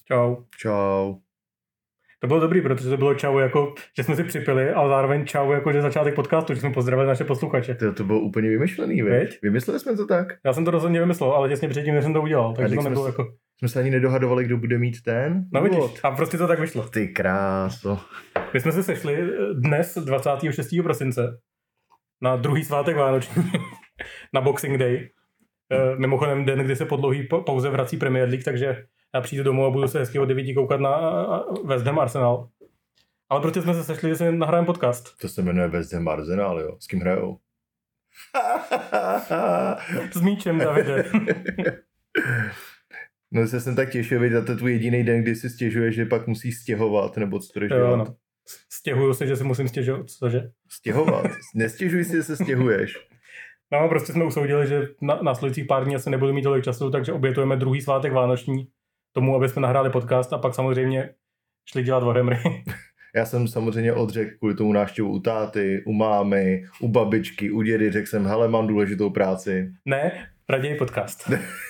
Čau. Čau. To bylo dobrý, protože to bylo čau jako, že jsme si připili, ale zároveň čau jako, že začátek podcastu, že jsme pozdravili naše posluchače. To bylo úplně vymyšlený, veď? Vymysleli jsme to tak? Já jsem to rozhodně vymyslel, ale těsně předtím, než jsem to udělal, takže to nebylo jako... Jsme se ani nedohadovali, kdo bude mít ten No vidíš, a prostě to tak vyšlo. Ty kráso. My jsme se sešli dnes, 26. prosince, na druhý svátek vánoční, na Boxing Day. Mimochodem den, kdy se po dlouhý pauze vrací Premier League, takže já přijdu domů a budu se hezky od 9 koukat na West Ham Arsenal. Ale prostě jsme se sešli, že si nahrajeme podcast. To se jmenuje West Ham Arsenal, jo? S kým hrajou? S míčem, Davide. No se jsem tak těšil, že to je tvůj jediný den, kdy si stěžuješ, že pak musíš stěhovat, nebo co to jdeš dělat? No. Stěhuju se, že si musím stěžovat, cože? Stěhovat? Nestěžuj si, že se stěhuješ. No, prostě jsme usoudili, že na následujících pár dní asi nebudu mít tolik času, takže obětujeme druhý svátek vánoční tomu, aby jsme nahráli podcast a pak samozřejmě šli dělat Warhammery. Já jsem samozřejmě odřekl kvůli tomu návštěvu u táty, u mámy, u babičky, u dědy, řekl jsem, hele, mám důležitou práci. Ne, raději podcast.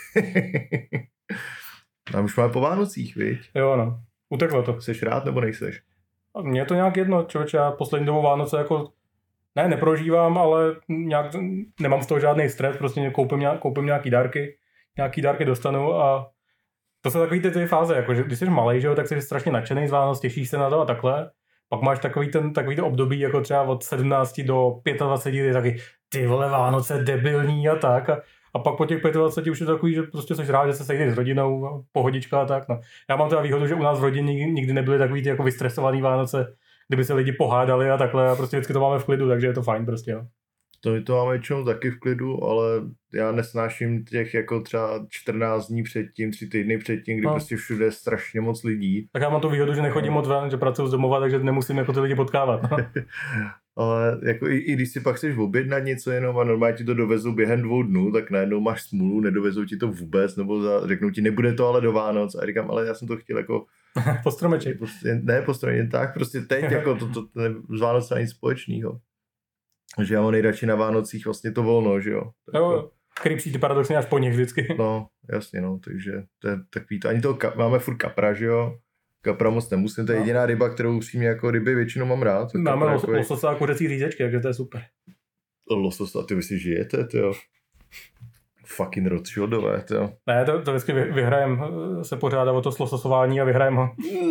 A už máme po Vánocích, viď? Jo, no. Uteklo to. Seš rád nebo nejseš? Mně je to nějak jedno, člověče, já poslední dobou Vánoce jako neprožívám, ale nějak nemám z toho žádný stres, prostě koupím nějaký dárky dostanu a to jsou takový ty dvě fáze, jako že když jsi malej, že jo, tak jsi strašně nadšený z Vánoc, těšíš se na to a takhle. Pak máš takový to období, jako třeba od 17 do 25, kdy taky ty vole Vánoce debilní a tak. A pak po těch 25 už je takový, že prostě jsi rád, že se sejdeš s rodinou, pohodička a tak. No. Já mám teda výhodu, že u nás v rodině nikdy nebyly takový ty jako vystresovaný Vánoce, kdyby se lidi pohádali a takhle a prostě vždycky to máme v klidu, takže je to fajn prostě, jo. To máme většinou taky v klidu, ale já nesnáším těch jako třeba 14 dní předtím, 3 týdny předtím, kdy prostě všude je strašně moc lidí. Tak já mám tu výhodu, že nechodím moc ven, že pracuji z domova, takže nemusím jako ty lidi potkávat. Ale jako i když si pak chceš objednat něco jenom a normálně ti to dovezou během 2 dnů, tak najednou máš smůlu, nedovezou ti to vůbec, nebo řeknou ti, nebude to ale do Vánoc. A říkám, ale já jsem to chtěl jako... po stromeček. Prostě, ne po stromeček, tak prostě teď, jako to z Vánoc není nic společného. Že já mám nejradši na Vánocích vlastně to volno, že jo. Jo, který přijde paradoxně až po nich vždycky. No, jasně, no, takže to je takový to. Ani to máme furt kapra, že jo. Kapra moc nemusím, to je jediná ryba, kterou upřímně jako ryby většinou mám rád. Máme lososa a kuřecí řízečky, takže to je super. Lososa, ty vy si žijete, tyjo. Fucking Rothschildové, tyjo. Ne, to vždycky vyhrajem, se pořádá o to slososování a vyhrajem ho.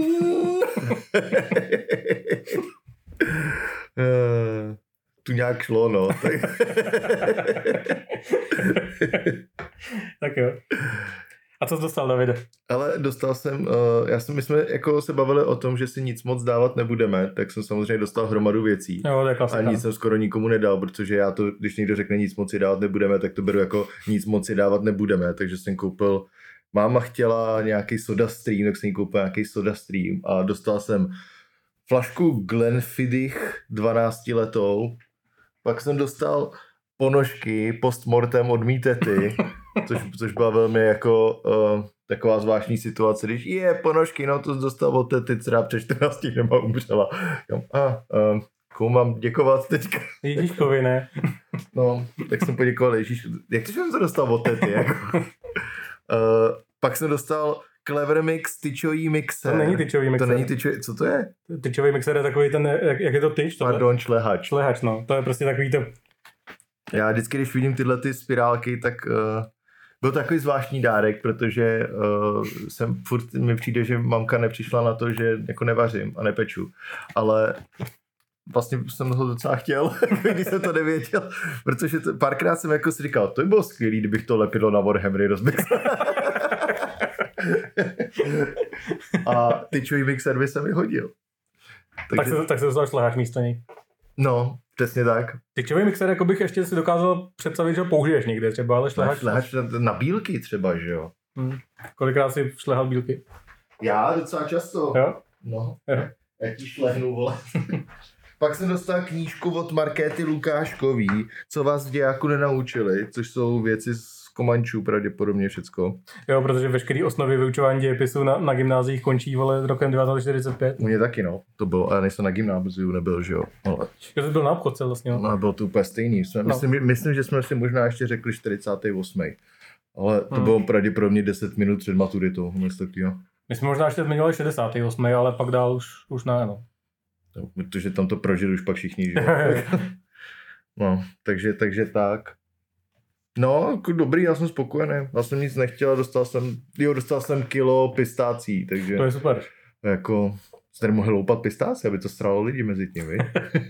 Tu nějak šlo, no. Tak jo. A co jsi dostal, Davide? Ale dostal jsem, my jsme jako se bavili o tom, že si nic moc dávat nebudeme, tak jsem samozřejmě dostal hromadu věcí. Jo, to je klasika. A nic jsem skoro nikomu nedal, protože já to, když někdo řekne nic moc si dávat nebudeme, tak to beru jako nic moc si dávat nebudeme, takže jsem koupil, máma chtěla nějaký SodaStream, tak jsem jí koupil nějaký SodaStream a dostal jsem flašku Glenfiddich 12 letou, pak jsem dostal ponožky postmortem od mý tety, což byla velmi jako taková zvláštní situace, když ponožky, no to dostal od tety, která před 14 dnema umřela. Komu mám děkovat teďka? Ježíškovi, ne? No, tak jsem poděkoval Ježíš. Jak jsem to dostal od tety? Jako? Pak jsem dostal Clever Mix tyčový mixer. To není tyčový mixer. To není tyčový, co to je? Tyčový mixer je takový ten, jak je to tyč? Pardon, šlehač. Šlehač, no. To je prostě takový to... Já vždycky, když vidím tyhle ty spirálky, tak byl takový zvláštní dárek, protože mi přijde, že mamka nepřišla na to, že jako nevařím a nepeču. Ale vlastně jsem ho docela chtěl, když jsem to nevěděl, protože párkrát jsem jako si říkal, to by bylo skvělý, kdybych to lepidlo na Warhammery rozbil. A tyčový mixer by se mi hodil. Tak se dostal šlehač místo něj. No, přesně tak. Tyčový mixer, jako bych ještě si dokázal představit, že ho použiješ někde třeba, ale šlehač na bílky třeba, že jo. Kolikrát si šlehal bílky? Já docela často. Jo? No, já ti šlehnu, vole. Pak jsem dostal knížku od Markéty Lukáškový, co vás v dějáku nenaučili, což jsou věci z Komančů pravděpodobně všecko. Jo, protože veškerý osnovy vyučování dějepisu na gymnáziích končí, vole, rokem 1945. U mě taky, no. To bylo, ale nejsem na gymnáziu nebyl, že jo. Ale... Jo, to byl na obchodce vlastně. No, bylo to úplně stejný. Myslím, že jsme si možná ještě řekli 48. Ale to bylo pravděpodobně 10 minut před maturitou. My jsme možná ještě zmiňovali 68, ale pak dál už ne, no. Protože tam to prožili už pak všichni, že? No, takže tak. No, jako dobrý, já jsem spokojený. Já jsem nic nechtěl, dostal jsem kilo pistácí, takže... To je super. Jako, jste nemohli loupat pistáci, aby to stralo lidi mezi tím, víš?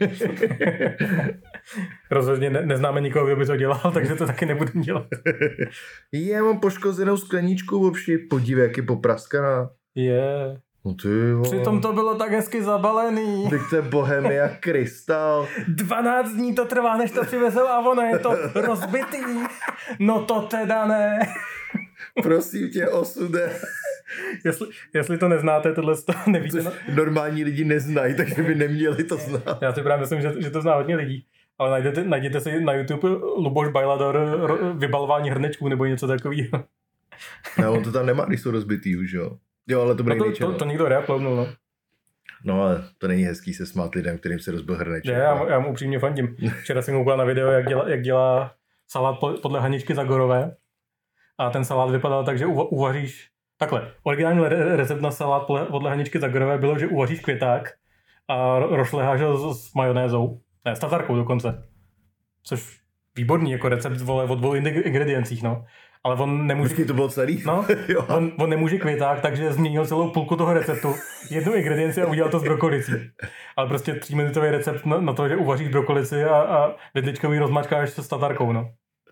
Rozhodně neznáme nikoho, kdo by to dělal, takže to taky nebudeme dělat. Já mám poškozenou skleničku obši, podívej, jak je popraskaná. Je. No ty vole. Přitom to bylo tak hezky zabalený. Teď to je Bohemia Krystal. 12 dní to trvá, než to přivezou a ono je to rozbitý. No to teda ne. Prosím tě, osude. Jestli to neznáte, tohle to nevíte. Což normální lidi neznají, takže by neměli to znát. Já si právě myslím, že to zná hodně lidí. Ale najděte si na YouTube Luboš Bajlador vybalování hrnečků nebo něco takového. No, on to tam nemá, když jsou rozbitý už, jo. Jo, ale to bude to někdo reuploadnul, no. No, ale to není hezký se smát lidem, kterým se rozbil hrneček. Já mu upřímně fandím. Včera jsem koukal na video, jak dělá salát podle Haničky Zagorové. A ten salát vypadal tak, že uvaříš... Takhle, originální recept na salát podle Haničky Zagorové bylo, že uvaříš květák a rošleháš ho s majonézou. Ne, s tatarkou dokonce. Což výborný jako recept, vole, o 2 ingrediencích, no. Ale on nemůže... Počkej, to bylo celý? No, on nemůže květák, takže změnil celou půlku toho receptu. Jednu ingredienci a udělal to s brokolicí. Ale prostě 3minutový recept na to, že uvaříš brokolici a vidličkový rozmačkáš s tatarkou, no.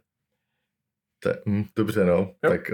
Dobře, no. Jo. Tak...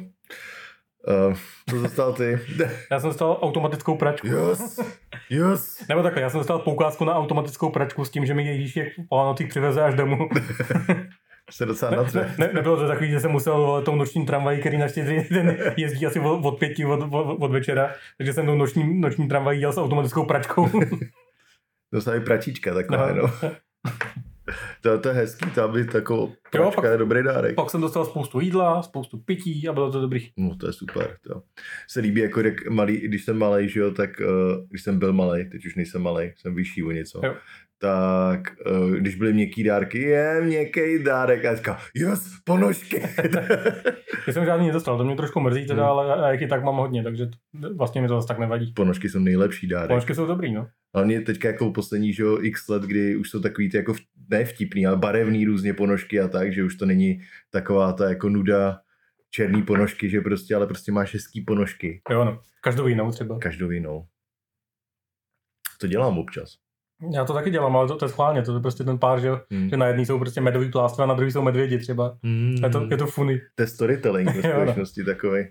co dostal ty? Já jsem dostal automatickou pračku. Yes. Nebo takhle, já jsem dostal poukázku na automatickou pračku s tím, že mi Ježíšek Pánotýk přiveze až domů. Se docela natře. Nebylo to takový, že jsem musel tou noční tramvají, který naštěstí den jezdí asi od 5 od večera, takže jsem tou noční tramvají jel s automatickou pračkou. Dostal pračička taková, no. To je hezký, to by takovou pračka je dobrý dárek. Pak jsem dostal spoustu jídla, spoustu pití a bylo to dobrý. No to je super, to se líbí jako malý, když jsem malej, že jo, tak když jsem byl malej, teď už nejsem malej, jsem vyšší o něco. Jo. Tak když byly měkký dárky, je měkký dárek a říká, ponožky. Já jsem žádný nedostal, to mě trošku mrzí teda, ale jak i tak mám hodně, takže vlastně mi to zase tak nevadí. Ponožky jsou nejlepší dárek. Ponožky jsou dobrý, no. Hlavně teďka jako poslední, že jo, x let, kdy už jsou takový ty jako, ne vtipný, ale barevný různě ponožky a tak, že už to není taková ta jako nuda černý ponožky, že prostě, ale prostě máš hezký ponožky. Jo, no. Každou jinou třeba. Každou jinou. To dělám občas. Já to taky dělám, ale to je schválně, to je prostě ten pár, že na jedný jsou prostě medový plástry a na druhý jsou medvědi třeba. Je to funny. To je storytelling ve společnosti takovej.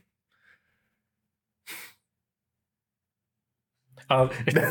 A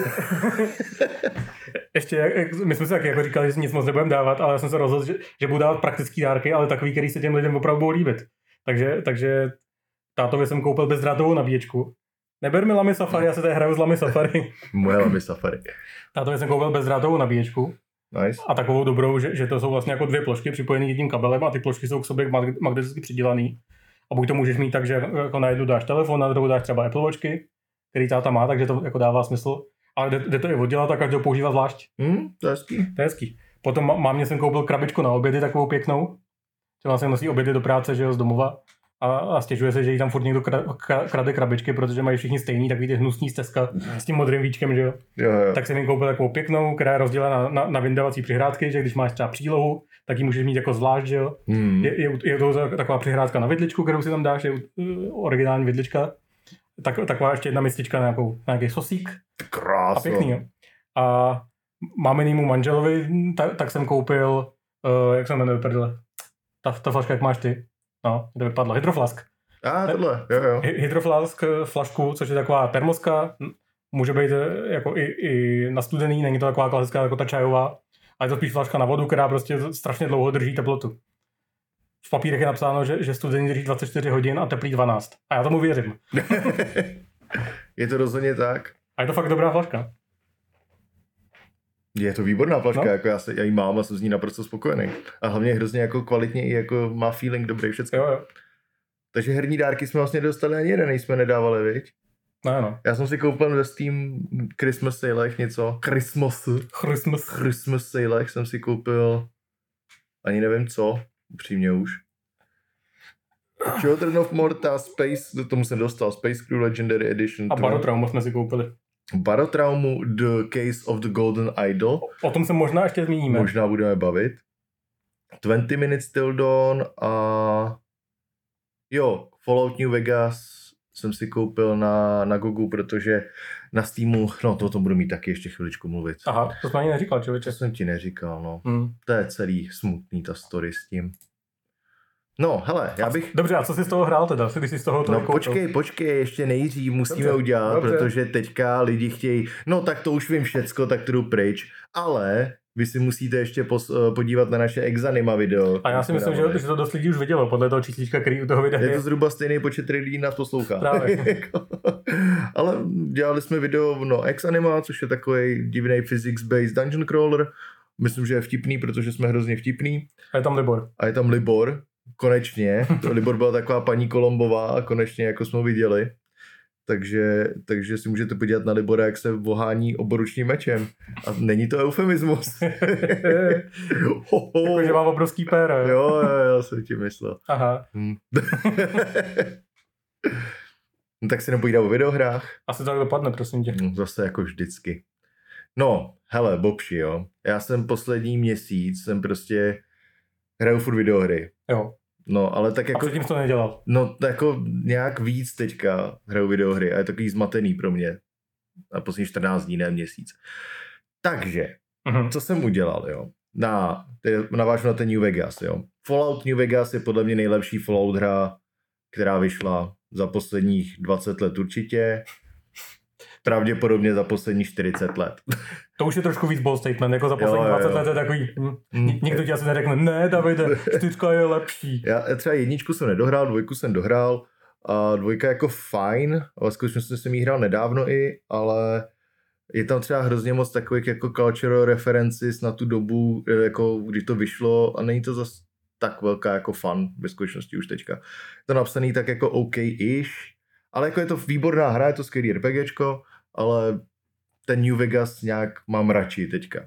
ještě my jsme si taky jako říkali, že nic moc nebudeme dávat, ale já jsem se rozhodl, že budu dávat praktický dárky, ale takový, který se těm lidem opravdu budou líbit. Takže tátovi jsem koupil bezdrátovou nabíječku. Neber mi Lamy Safari, já se tady hraju s Lamy Safari. Moje Lamy Safari. Tátovi jsem koupil bezdrátovou nabíječku. Nice. A takovou dobrou, že to jsou vlastně jako 2 plošky připojené jedním kabelem a ty plošky jsou k sobě magneticky přidělaný. A buď to můžeš mít tak, že jako na jednu dáš telefon, na druhou dáš třeba Apple Watchky, který táta má, takže to jako dává smysl. Ale jde to i oddělat a každou používá zvlášť. To je hezký. To je hezký. Potom mámě jsem koupil krabičku na obědy, takovou pěknou. Třeba se nosí obědy do práce, že jo, z domova. A stěžuje se, že jí tam furt někdo krade krabičky, protože mají všichni stejný, takový ty hnusný stezka s tím modrým víčkem, že jo. Jo. Tak jsem jim koupil takovou pěknou, která je rozdělena na vyndavací přihrádky, že když máš třeba přílohu, tak ji můžeš mít jako zvlášť, že jo. Je to taková přihrádka na vidličku, kterou si tam dáš, je originální vidlička. Taková ještě jedna mistička na nějaký sosík. Krásno. A pěkný, jo. A máminému manželovi, tak jsem koupil, jak se jmenuje, prdele, ta flaška, jak máš ty. No, to vypadlo. Hydroflask. Tohle, jo. Hydroflask, flašku, což je taková termoska, může být jako i na studený, není to taková klasická jako ta čajová, ale je to spíš flaška na vodu, která prostě strašně dlouho drží teplotu. V papírech je napsáno, že studený drží 24 hodin a teplý 12. A já tomu věřím. Je to rozhodně tak. A je to fakt dobrá flaška. Je to výborná flaška, jako já ji mám a jsem z ní naprosto spokojený. A hlavně hrozně jako kvalitně i jako má feeling dobrý všecko. Jo. Takže herní dárky jsme vlastně dostali ani jeden, jsme nedávali, viď? No. Já jsem si koupil ve Steam Christmas salech něco. Christmas salech jsem si koupil ani nevím co, upřímně už. Children of Morta, Space, do tomu jsem dostal, Space Crew Legendary Edition. A Barotraumu jsme si koupili. Barotraumu, The Case of the Golden Idol. O tom se možná ještě zmíníme. Možná budeme bavit. 20 Minutes Till Dawn a jo, Fallout New Vegas jsem si koupil na Gogu, protože na Steamu, no to o tom budu mít taky ještě chviličku mluvit. Aha, to jsem ani neříkal, člověče. To jsem ti neříkal, no. To je celý smutný ta story s tím. No, hele, já bych... Dobře, a co jsi z toho hrál teda? Když jsi z toho No počkej, ještě nejdřív musíme dobře, udělat, dobře. Protože teďka lidi chtějí, no tak to už vím všecko, tak to jdu pryč, ale vy si musíte ještě podívat na naše Exanima video. A já si myslím, že to dost lidí už vidělo, podle toho číslička, který u toho videa je. To zhruba stejný počet lidí nás poslouchá. Právě. Ale dělali jsme video, no Exanima, což je takový divný physics-based dungeon crawler. Myslím, že je vtipný, protože jsme hrozně vtipný. A je tam Libor. Konečně. Libor byla taková paní Kolombová a konečně jako jsme ho viděli. Takže si můžete podívat na Libora, jak se vohání oboručním mečem. A není to eufemismus. Jakože mám obrovský péro. Jo, jsem ti myslel. Aha. No, tak si nepovídá o videohrách. Asi tak dopadne, prosím tě. Zase jako vždycky. No, hele, Bobši, jo. Já jsem poslední měsíc, prostě hraju furt videohry. Jo. No, ale tak jako... A předtím to nedělal. No, jako nějak víc teďka hraju videohry a je takový zmatený pro mě. A poslední 14 dní, ne měsíc. Takže, co jsem udělal, jo? Navážu na ten New Vegas, jo. Fallout New Vegas je podle mě nejlepší Fallout hra, která vyšla za posledních 20 let určitě. Pravděpodobně za posledních 40 let. To už je trošku víc bold statement, jako za posledních 20 let je takový, nikdo ti asi neřekne, ne Davide, 4 je lepší. Já třeba 1 jsem nedohrál, 2 jsem dohrál a 2 jako fajn, ale skutečně jsem jí hrál nedávno ale je tam třeba hrozně moc takových jako cultural references na tu dobu, jako kdy to vyšlo a není to zase tak velká jako fun ve skutečnosti už teďka. Je to napsaný tak jako OK-ish, ale jako je to výborná hra, je to skvělý RPGčko, ale ten New Vegas nějak mám radši teďka.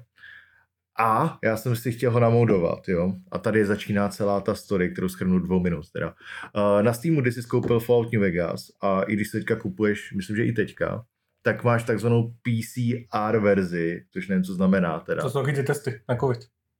A já jsem si chtěl ho namodovat, jo. A tady začíná celá ta story, kterou shrnu 2 minut teda. Na Steamu, když jsi skoupil Fallout New Vegas a i když se teďka kupuješ, myslím, že i teďka, tak máš takzvanou PCR verzi, což nevím, co znamená teda. To jsou taky ty testy na COVID.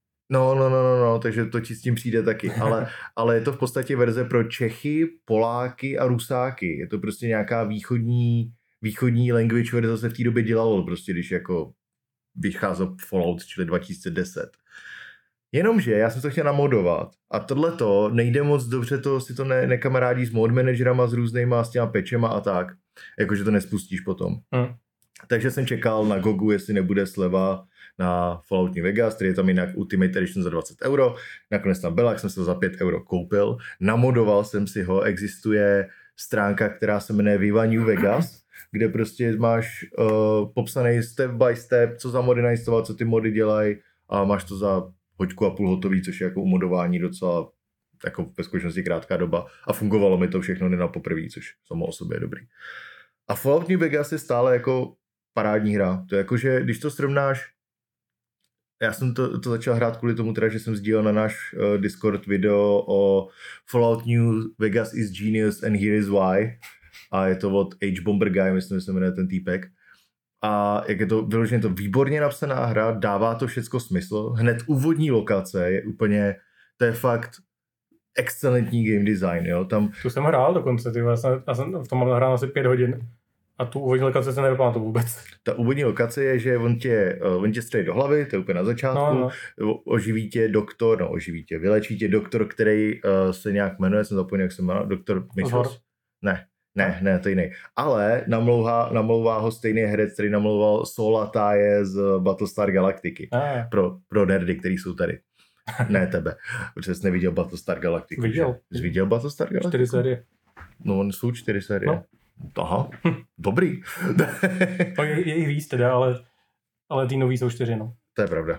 No, takže to ti s tím přijde taky, ale je to v podstatě verze pro Čechy, Poláky a Rusáky. Je to prostě nějaká východní language verze, co se v té době dělalo, prostě když jako vycházel Fallout, čili 2010. Jenomže já jsem to chtěl namodovat a tohleto nejde moc dobře, to si to nekamarádí s mod managerama, s různýma, s těma patchema a tak, jakože to nespustíš potom. Takže jsem čekal na Gogu, jestli nebude sleva na Fallout New Vegas, který je tam jinak Ultimate Edition za 20 €. Nakonec tam byla, jak jsem se to za 5 € koupil. Namodoval jsem si ho, existuje stránka, která se jmenuje Viva New Vegas, kde prostě máš popsaný step by step, co za mody nainstalovat, co ty mody dělají a máš to za 1,5 hodiny hotový, což je jako umodování docela jako ve skutečnosti krátká doba a fungovalo mi to všechno na poprvé, což samo o sobě je dobrý. A Fallout New Vegas je stále jako parádní hra. To je jako, že když to srovnáš, já jsem to začal hrát kvůli tomu teda, že jsem sdílel na náš Discord video o Fallout New Vegas is genius and here is why. A je to od H-Bomber Guy, myslím, že se jmenuje ten týpek. A jak je to vyloženě to výborně napsaná hra, dává to všecko smysl. Hned úvodní lokace je úplně, to je fakt excelentní game design, jo. Tam... Tu jsem hrál dokonce, já jsem v tom mám nahrál asi 5 hodin. A tu úvodní lokaci se nepamatuju vůbec. Ta úvodní lokace je, že on tě střelí do hlavy, to je úplně na začátku, oživí tě, vylečí tě doktor, který se nějak jmenuje, jsem zapomněl, jak se jmenuje, doktor Michos. Ne, to jiný. Ale namlouvá ho stejný herec, který namlouval Sola Taje z Battlestar Galactiky. Pro nerdy, který jsou tady. Ne tebe, protože jsi neviděl Battlestar Galactiku. Jsi viděl Battlestar Galactiku? 4 série. No, jsou 4 série. No. Aha, dobrý. No, je i víc teda, ale ty nový jsou 4, no. To je pravda.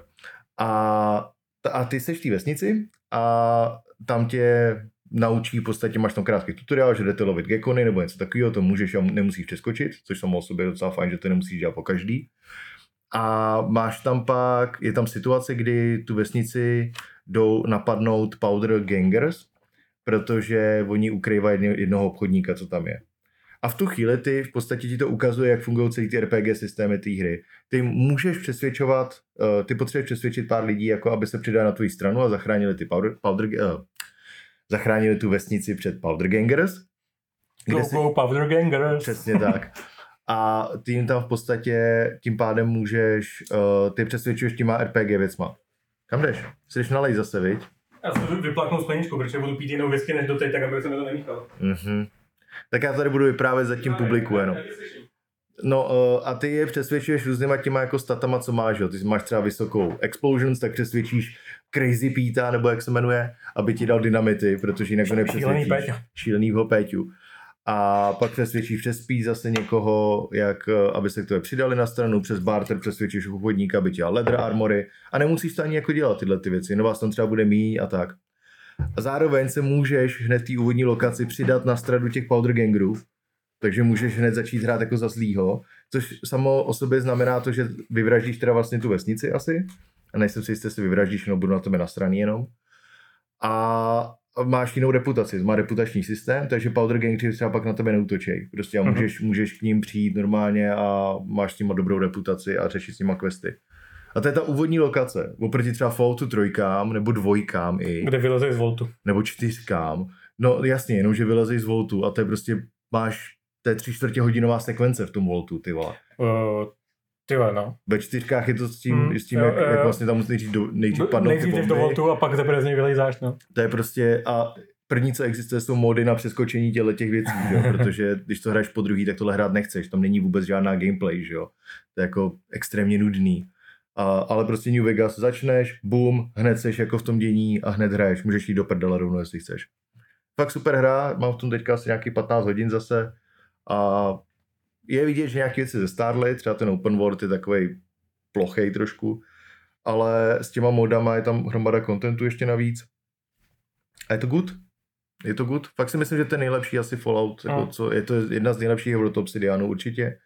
A ty seš v té vesnici a tam tě naučí, v podstatě máš tam krátký tutoriál, že jdete lovit gekony nebo něco takového, to můžeš a nemusíš přeskočit, což samo o sobě je docela fajn, že to nemusíš dělat po každý. A máš tam pak, je tam situace, kdy tu vesnici jdou napadnout Powder Gangers protože oni ukrývají jednoho obchodníka, co tam je. A v tu chvíli v podstatě ti to ukazuje, jak fungují celý ty RPG systémy té hry. Ty můžeš přesvědčovat, ty potřebuješ přesvědčit pár lidí, jako aby se přidali na tvoji stranu a zachránili zachránili tu vesnici před Powdergangers. Powdergangers. Přesně tak. A ty jim tam v podstatě tím pádem můžeš, ty přesvědčuješ těma RPG věcma. Kam jdeš? Jsi jdeš nalej zase, viď? Já jsem vyplaknul skleničku, protože budu pít jinou whisky než doteď, tak aby se mi to nemíchalo. Tak já tady budu vyprávět zatím publiku jenom. No a ty je přesvědčuješ různýma těma jako statama, co máš, jo. Ty máš třeba vysokou explosions, tak přesvědčíš Crazy Pete, nebo jak se jmenuje, aby ti dal dynamity, protože jinak ho nepřesvědčíš. Šílenýho Péťu. A pak přesvědčíš přes Pete zase někoho, aby se k tobě přidali na stranu, přes barter přesvědčíš obchodníka, aby ti dal leather armory a nemusíš to ani jako dělat tyhle ty věci, no vás tam třeba bude míň a tak. A zároveň se můžeš hned té úvodní lokaci přidat na stranu těch Powdergangerů, takže můžeš hned začít hrát jako za zlýho, což samo o sobě znamená to, že vyvraždíš teda vlastně tu vesnici asi, a nejsem si jistý, jestli vyvraždíš, no budu na tebe nasraný jenom. A máš jinou reputaci, má reputační systém, takže Powdergangři třeba pak na tebe neútočej. Prostě můžeš k ním přijít normálně a máš s nima dobrou reputaci a řešit s nima questy. A to je ta úvodní lokace, oproti třeba Falloutu 3 nebo 2 i. Kde vylezeš z Voltu. Nebo 4. No jasně, jenomže vylezeš z Voltu a to je prostě, to je 3/4 hodinová sekvence v tom Voltu, ty vole. Ty vole, no. Ve 4 je to s tím, jak vlastně tam musí nejdřív padnout ty bomby. Nejdřív do Voltu a pak teprve z něj vylejzáš, no. To je prostě, a první, co existuje, jsou módy na přeskočení těch věcí, že? Protože když to hraješ po druhý, tak tohle hrát nechceš, tam není vůbec žádná gameplay, že jo. To je jako extrémně nudný. Ale prostě New Vegas začneš, boom, hned seš jako v tom dění a hned hraješ, můžeš jít do prdele rovnou, jestli chceš. Fakt super hra, mám v tom teďka asi nějaký 15 hodin zase a je vidět, že nějaké věci zestárly, třeba ten open world je takovej plochej trošku, ale s těma modama je tam hromada contentu ještě navíc. A je to good. Je to good. Fakt si myslím, že to je nejlepší asi Fallout, jako je to jedna z nejlepších od Obsidianu určitě.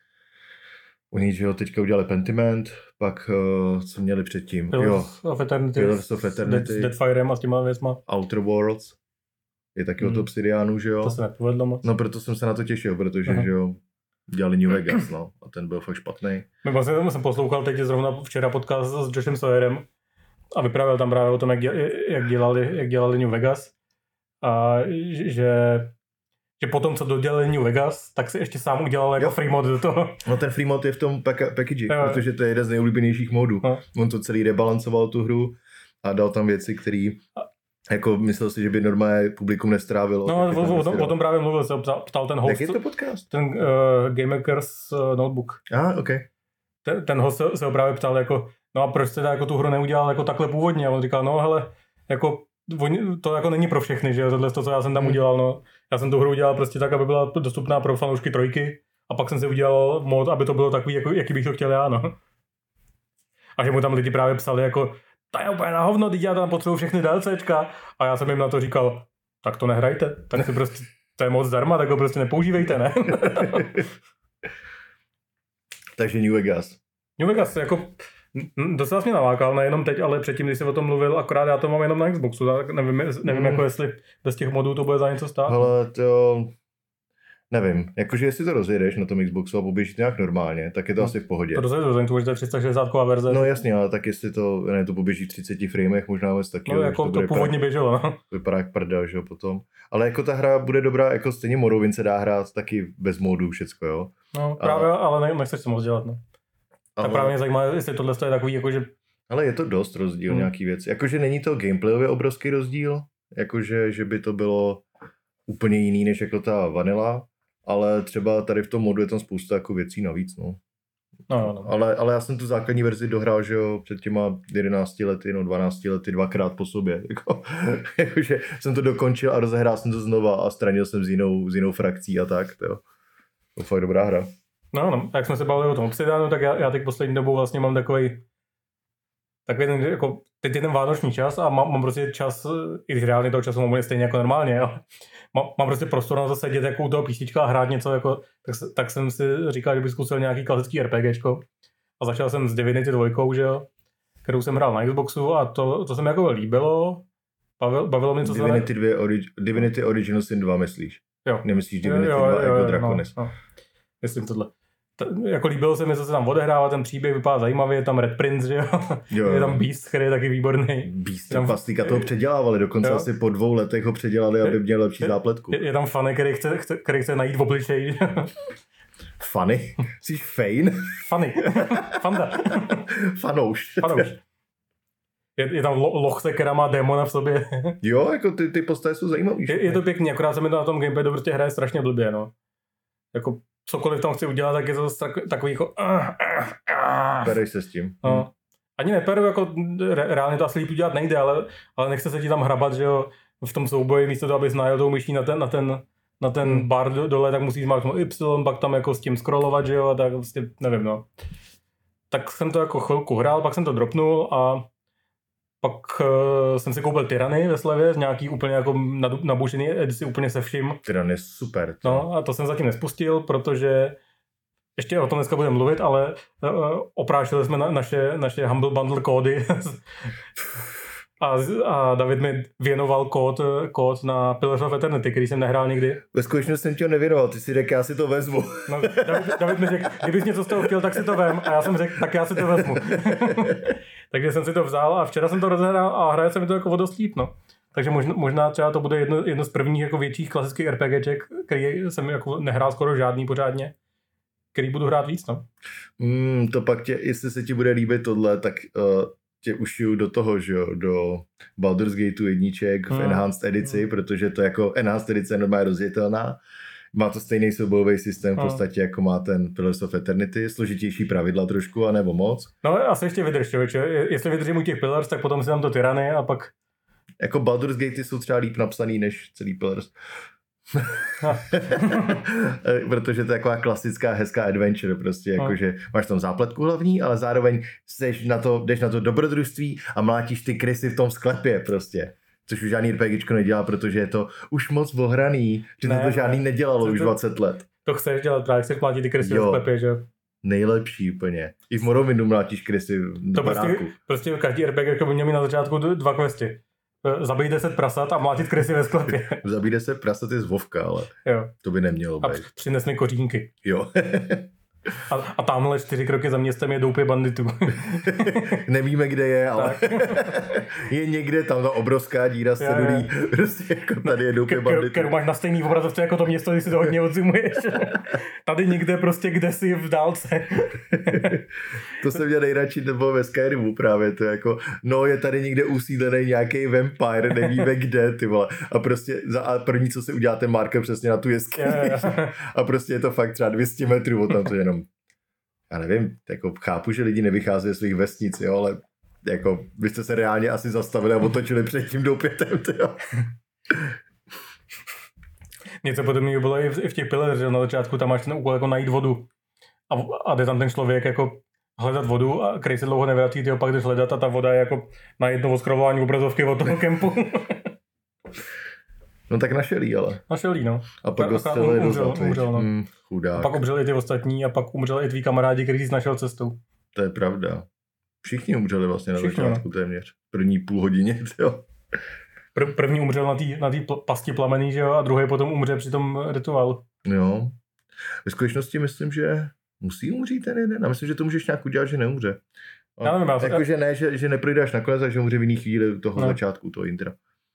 Oni, že jo, teďka udělali Pentiment, pak co měli předtím? Pillars of Eternity. S Deadfirem a s těma věcma. Outer Worlds je taky od Obsidianu, že jo. To se nepovedlo moc. No proto jsem se na to těšil, protože, že jo, dělali New Vegas, no, a ten byl fakt špatný. Vlastně jsem poslouchal teď zrovna včera podcast s Joshem Sawyerem a vyprávěl tam právě o tom, jak dělali New Vegas a že potom, co dodělali New Vegas, tak si ještě sám udělal jako free mod do toho. No ten free mod je v tom package, protože to je jeden z nejoblíbenějších modů. On to celý rebalancoval tu hru a dal tam věci, které jako myslel si, že by normálně publikum nestrávilo. No, o tom právě mluvil, se ptal ten host. Jak je to podcast? Ten Gamemakers Notebook. OK. Ten host se ho právě ptal jako, no a proč jste jako tu hru neudělal jako takhle původně? A on říkal, no hele, jako to jako není pro všechny, že tohle to, co já jsem tam udělal, no. Já jsem tu hru udělal prostě tak, aby byla dostupná pro fanoušky 3 a pak jsem si udělal mod, aby to bylo takový, jako, jaký bych to chtěl já, no. A že mu tam lidi právě psali jako, to je úplně na hovno, teď já tam potřebuji všechny DLCčka a já jsem jim na to říkal, tak to nehrajte, tak si prostě, to je moc zdarma, tak ho prostě nepoužívejte, ne? Takže New Vegas. New Vegas, jako docela mě nalákal, nejenom teď, ale předtím, když jsem o tom mluvil, akorát já to mám jenom na Xboxu, tak nevím jako jestli bez těch modů to bude za něco stát. Ale to nevím, jakože jestli to rozjedeš na tom Xboxu a poběží nějak normálně, tak je to asi v pohodě. To rozjedu, to je 360 verze. No jasně, ale tak jestli to poběží v 30 framech, možná vůbec taky. No jako to původně běželo, no. To vypadá jak prdel, že jo, potom. Ale jako ta hra bude dobrá, jako stejně Morrowind se dá hrát taky bez modů všecko, jo. No právě, ale nechceš to moc dělat, no. Tak právě mě zajímá, jestli tohle je takový, jakože... Ale je to dost rozdíl nějaký věc. Jakože není to gameplayově obrovský rozdíl, jakože že by to bylo úplně jiný než jako ta vanilla, ale třeba tady v tom modu je tam spousta jako věcí navíc, no. No. Ale já jsem tu základní verzi dohrál, že jo, před těma 11 lety, 12 lety, 2krát po sobě, jakože jsem to dokončil a rozehrál jsem to znova a stranil jsem s jinou frakcí a tak, jo. To je fakt dobrá hra. No, jak jsme se bavili o tom Obsidianu, tak já teď poslední dobou vlastně mám takový ten, jako, teď je ten vánoční čas a mám prostě čas, i když reálně toho času mám stejně jako normálně, ale mám prostě prostor na to sedět jako u toho písnička a hrát něco, jako, tak jsem si říkal, že bych zkusil nějaký klasický RPGčko a začal jsem s Divinity 2, že jo, kterou jsem hrál na Xboxu a to se mi jako líbilo, Bavilo mě, co se... Divinity Original Sin 2 myslíš? Jo. Nemyslíš Divinity 2 jako Draconis? No. Myslím tohle. Jako líbilo se mi, co se tam odehrává, ten příběh vypadá zajímavě, je tam Red Prince, že jo? Je tam Beast, který je taky výborný. Beast, tam Pastika toho předělávali, dokonce asi po 2 letech ho předělali, aby měl lepší zápletku. Je tam Fanny, který chce najít v obličeji. Fanny? Jsi Fane? Fanny. Fanda. Fanouš. Je tam lochce, která má démona v sobě. Jo, jako ty postavy jsou zajímavý. Je to pěkný, akorát se mi to na tom gamepadu prostě hraje strašně blbě, no. Jako cokoliv tam chci udělat, tak je to takový jako... Pereš se s tím. No. Ani neperu, jako reálně to asi líp udělat nejde, ale nechce se ti tam hrabat, že jo, v tom souboji, místo toho, abys najel tou myší na ten bar dole, tak musíš zmáčknout Y, pak tam jako s tím scrollovat, že jo, a tak vlastně, nevím, no. Tak jsem to jako chvilku hrál, pak jsem to dropnul a pak jsem si koupil Tyranny ve slevě, z nějaký úplně jako nabušený edici úplně se vším. Tyranny je super. No a to jsem zatím nespustil, protože ještě o tom dneska budeme mluvit, ale oprášili jsme naše Humble Bundle kódy a David mi věnoval kód na Pillars of Eternity, který jsem nehrál nikdy. Ve skutečnosti jsem ti ho nevěnoval, ty si řekl, já si to vezmu. No, David mi řekl, kdybys něco z toho chtěl, tak si to vem, a já jsem řekl, tak já si to vezmu. Takže jsem si to vzal a včera jsem to rozehrál a hraje se mi to jako dost líp, no. Takže možná třeba to bude jedno z prvních jako větších klasických RPGček, který jsem jako nehrál skoro žádný pořádně, který budu hrát víc, no. To pak jestli se ti bude líbit tohle, tak tě ušiju do toho, že jo, do Baldur's Gateu jedniček v Enhanced edici, protože to jako Enhanced edice je normálně rozjetelná. Má to stejný soubojový systém v podstatě, jako má ten Pillars of Eternity, složitější pravidla trošku, anebo moc. No asi ještě vydrž, člověče. Jestli vydržím u těch Pillars, tak potom si dám to Tyranny a pak... Jako Baldur's Gatey jsou třeba líp napsaný než celý Pillars. Protože to je taková klasická hezká adventure prostě, jakože máš tam zápletku hlavní, ale zároveň jdeš na to dobrodružství a mlátíš ty krysy v tom sklepě prostě. Což už žádný RPGčko nedělá, protože je to už moc ohraný, že to žádný nedělalo už 20 let. To chceš dělat, právě chceš mlátit ty krysy v sklepě, že? Nejlepší úplně. I v Morrowindu mlátíš krysy v baráku. Prostě každý RPG by měl mít na začátku 2 questy. Zabij 10 prasat a mlátit krysy ve sklepě. Zabij 10 prasat je z Vovka, ale to by nemělo být. A přines mi kořínky. Jo. A tamhle 4 kroky za městem je doupě banditů. Nevíme, kde je, ale je někde tam ta obrovská díra sedulí. Prostě jako tady je doupě banditů. Kterou máš na stejný obrazovce jako to město, když si to hodně odzumuješ. Tady někde prostě, kde jsi v dálce. To jsem měl nejradši, to bylo ve Skyrimu právě. To jako, no je tady někde usídlený nějaký vampire, nevíme kde, ty vole. A prostě první, co si uděláte, marker přesně na tu jeskyni. A prostě je to fakt třeba 200 metrů od tam to jenom. Já nevím, jako chápu, že lidi nevychází ze svých vesnic, jo, ale jako byste se reálně asi zastavili a otočili před tím doupětem, jo. Něco podobného bylo i v těch Pillars, že na začátku tam máš ten úkol jako najít vodu a jde tam ten člověk jako hledat vodu a který se dlouho nevrací, ty ho pak jdeš hledat a ta voda je jako na jedno oskrolování obrazovky od toho kempu. No tak našel jí, ale. Našel jí, no. A pak dostali umřel, no. Chudák. A pak umřeli ty ostatní a pak umřeli i tví kamarádi, kteří jsi našel cestou. To je pravda. Všichni umřeli vlastně na začátku téměř. První půl hodině, jo. První umřel na té pasti plamený, že jo, a druhý potom umře při tom rituálu. Jo. Ve skutečnosti myslím, že musí umřít ten jeden. A myslím, že to můžeš nějak udělat, že neumře. Já nevím, jakože ne, že neprojde až nakonec, takže umře v jiný chvíli toho začátku, toho intra.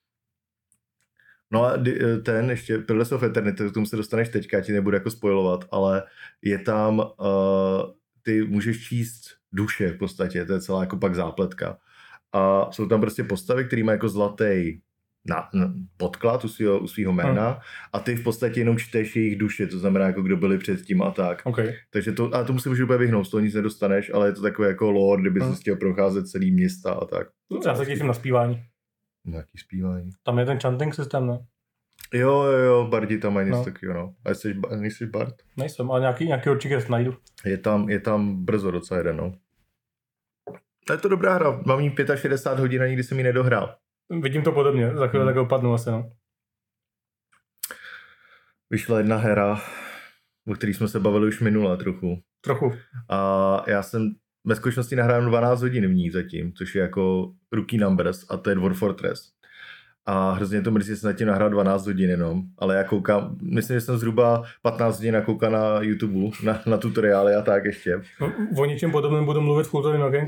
No a ten ještě Pillars of Eternity, k tomu se dostaneš teďka, ti nebudu jako spoilovat, ale je tam, ty můžeš číst duše v podstatě, to je celá jako pak zápletka. A jsou tam prostě postavy, který mají jako zlatý podklad u svého jména a ty v podstatě jenom čteš jejich duše, to znamená jako kdo byli předtím a tak. Okay. Takže to, a tomu se můžeš úplně vyhnout, z toho nic nedostaneš, ale je to takové jako lore, kdyby se chtěl procházet celý města a tak. Já se těším na zpívání. Nějaký zpívání. Tam je ten chanting systém, ne? Jo, bardi tam mají něco takového, no. A nejsi bard? Nejsem, ale nějaký určitě najdu. Je tam brzo docela jeden, no. Je to dobrá hra, mám jí 65 hodin a nikdy jsem ji nedohrál. Vidím to podobně, za chvíli tak opadnu asi, no. Vyšla jedna hra, o který jsme se bavili už minule trochu. A já jsem ve skutečnosti nahrál 12 hodin v ní zatím, což je jako rookie numbers a to je Dwarf Fortress. A hrozně to mrzí, že jsem na tím nahrál 12 hodin jenom, ale já koukám, myslím, že jsem zhruba 15 hodin nakoukal na YouTube, na tutoriály a tak ještě. O něčem podobném budu mluvit v kulturním okénku.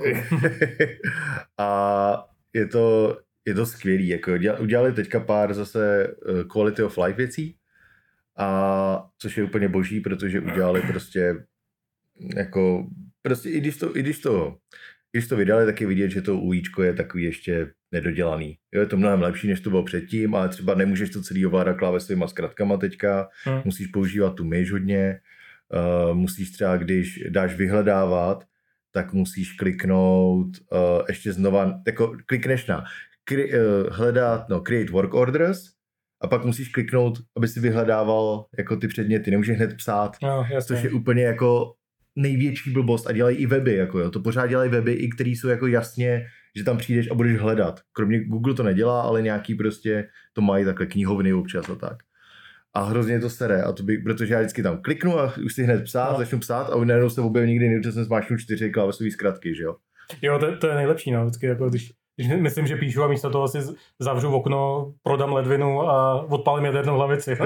A je to skvělý, jako udělali teďka pár zase quality of life věcí, a což je úplně boží, protože udělali prostě jako, prostě i když to vydali, tak je vidět, že to UIčko je takový ještě nedodělaný. Jo, je to mnohem lepší, než to bylo předtím, ale třeba nemůžeš to celý ovládat klávesovýma zkratkama teďka, musíš používat tu myš hodně, musíš třeba, když dáš vyhledávat, tak musíš kliknout ještě znova, jako klikneš na create work orders a pak musíš kliknout, aby si vyhledával jako ty předměty, nemůžeš hned psát, což je úplně jako největší blbost a dělají i weby, jako jo. To pořád dělají weby, i který jsou jako jasně, že tam přijdeš a budeš hledat. Kromě Google to nedělá, ale nějaký prostě to mají takhle knihovny občas a tak. A hrozně to sere, a protože já vždycky tam kliknu a už si hned začnu psát a najednou se objeví někdy, že jsem zmáčknul 4 klávesové zkratky, že jo. Jo, to je nejlepší, no, vždycky jako když myslím, že píšu a místo toho si zavřu okno, prodám ledvinu a odpálím jadernou hlavici.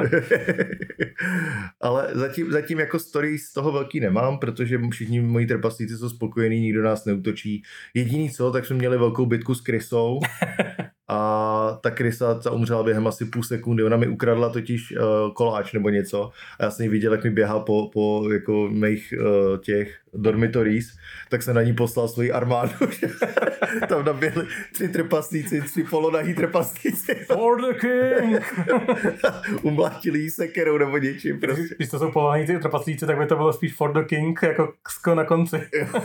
Ale zatím jako story z toho velký nemám, protože všichni moji trpaslíci jsou spokojení, nikdo nás neútočí. Jediný co, tak jsme měli velkou bitku s krysou a ta krysa ta umřela během asi půl sekundy. Ona mi ukradla totiž koláč nebo něco a já jsem ji viděl, jak mi běhá po jako mých těch dormitories, tak jsem na ní poslal svoji armádu. Tam naběhli 3 trpaslíci, 3 polonahý trpaslíci. For the king! Umlátili jí sekerou nebo něčím. Prostě. Když to jsou polonahý trpaslíci, tak by to bylo spíš for the king, jako ksko na konci.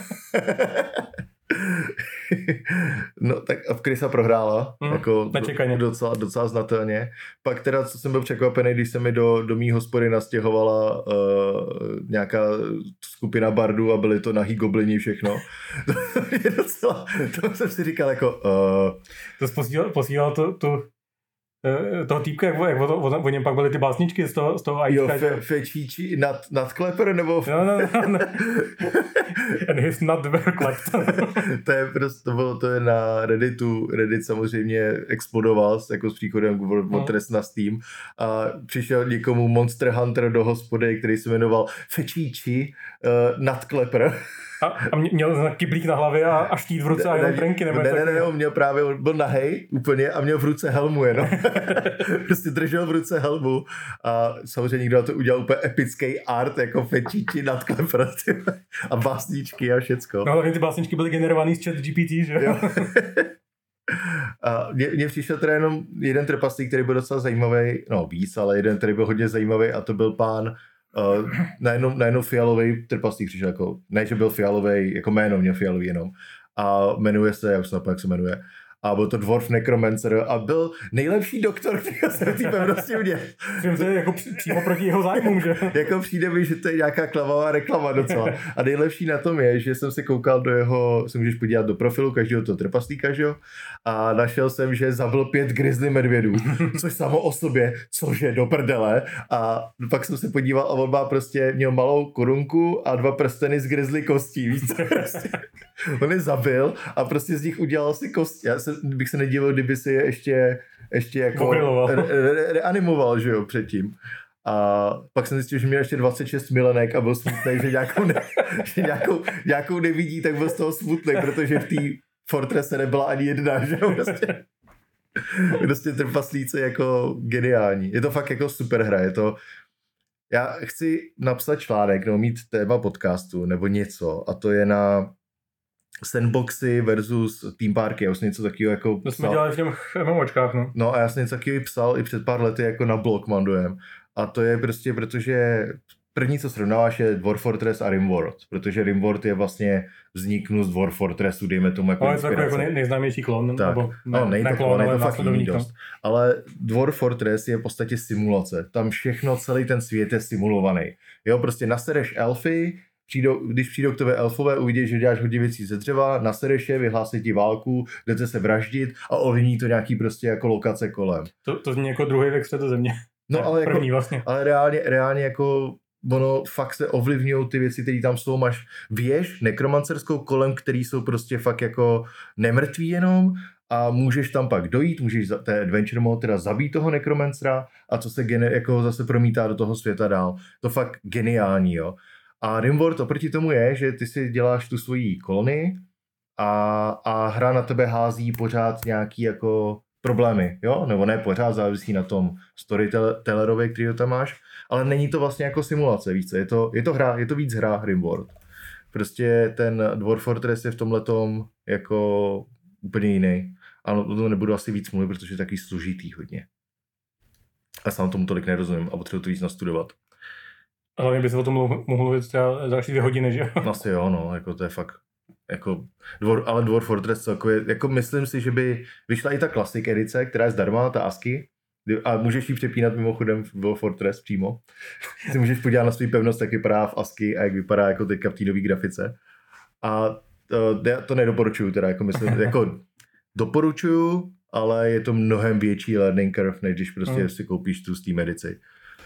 No tak a krysa prohrála, jako docela znatelně. Pak teda, co jsem byl překvapený, když se mi do mý hospody nastěhovala nějaká skupina bardů a byli to nahý goblini všechno. Je docela, to jsem si říkal jako... To posílal toho týpka, jak o něm pak byly ty básničky z toho AIčka. Jo, Fečíči nadkleper, nebo... No. And he's not very clapped. To je prostě, to je na Redditu. Reddit samozřejmě explodoval jako s příchodem Fortress na Steam a přišel někomu Monster Hunter do hospody, který se jmenoval Fečíči nadkleper. A měl kyblík na hlavě a štít v ruce a jenom trenky, nebo ne, on měl právě, byl nahej úplně a měl v ruce helmu jenom. Prostě držel v ruce helmu a samozřejmě někdo na to udělal úplně epický art, jako Fečíči nadkleper a básničky a všecko. No hlavně ty básničky byly generovaný z ChatGPT, že jo? A mně přišel teda jenom jeden trpaslík, který byl docela zajímavý, no víc, ale jeden, který byl hodně zajímavý a to byl pán najednou fialový trpaslík přišel, jako, ne, že byl fialový, jako jméno měl fialový jenom. A jmenuje se, já už jsem jak se jmenuje, a byl to Dwarf Necromancer a byl nejlepší doktor, který jsem v té pevnosti měl. To je jako přímo proti jeho zájmům, že? Jako přijde mi, že to je nějaká klamavá reklama docela. A nejlepší na tom je, že jsem se koukal do jeho, se můžeš podívat do profilu každého toho trpaslíka, že jo? A našel jsem, že zabil 5 grizzly medvědů, což samo o sobě, což je do prdele. A pak jsem se podíval a on má prostě, měl malou korunku a 2 prsteny z grizzly kostí, víš co? On je zabil a prostě z nich udělal si kosti. Já bych se nedivil, kdyby si je ještě jako reanimoval, že jo, předtím. A pak jsem zjistil, že měl ještě 26 milenek a byl smutný, že nějakou nevidí, tak byl z toho smutný, protože v té Fortresse nebyla ani jedna, že jo, prostě trpaslíci jako geniální. Je to fakt jako super hra, je to... Já chci napsat článek nebo mít téma podcastu nebo něco a to je na sandboxy versus team parky, já už jsem něco takového jako psal. To jsme dělali v těch MMOčkách, no. No a já jsem něco takového psal i před pár lety jako na blog Mandujem. A to je prostě, protože první, co srovnáváš, je Dwarf Fortress a Rimworld, protože Rimworld je vlastně vzniknul z Dwarf Fortressu, dejme tomu jako inspirace. Ale je to jako nejznámější klon. Tak, nebo nejde to klon, je to fakt jiný dost. Ale Dwarf Fortress je v podstatě simulace. Tam všechno, celý ten svět je simulovaný. Jo, prostě nasereš elfy, když přijdou k tebe elfové, uvidíš, že děláš hodně věcí ze dřeva, nasereš je, vyhlásí ti válku, jdete se vraždit a ovlivní to nějaký prostě jako lokace kolem. To zní jako druhý věk Středozemě. No ale první jako, vlastně. Ale reálně jako ono fakt se ovlivňují ty věci, které tam jsou, máš věž nekromancerskou kolem, který jsou prostě fakt jako nemrtví jenom a můžeš tam pak dojít, můžeš za té adventure mode teda zabít toho necromancera a co se jako zase promítá do toho světa dál. To fakt geniální, jo. A Rimworld oproti tomu je, že ty si děláš tu svoji kolonii a hra na tebe hází pořád nějaký jako problémy, jo? Nebo ne pořád, závisí na tom storytellerovi, který ho tam máš, ale není to vlastně jako simulace, víc. Je to hra, je to víc hra Rimworld. Prostě ten Dwarf Fortress je v tomhletom jako úplně jiný. Ale to nebudu asi víc mluvit, protože je takový složitý hodně. A sám tomu tolik nerozumím a potřebuji to víc nastudovat. Hlavně by se o tom mohl mluvit třeba další 2 hodiny, že jo? Asi jo, no, jako to je fakt, jako, ale Dwarf Fortress celkově, jako myslím si, že by vyšla i ta Classic edice, která je zdarma, ta ASCII, a můžeš ji přepínat mimochodem v Dwarf Fortress přímo. Si můžeš podívat na svou pevnost, jak vypadá v ASCII a jak vypadá jako teďka v té nový grafice. A to nedoporučuju teda, jako myslím, jako doporučuju, ale je to mnohem větší learning curve, než když prostě si koupíš tu Steam edici.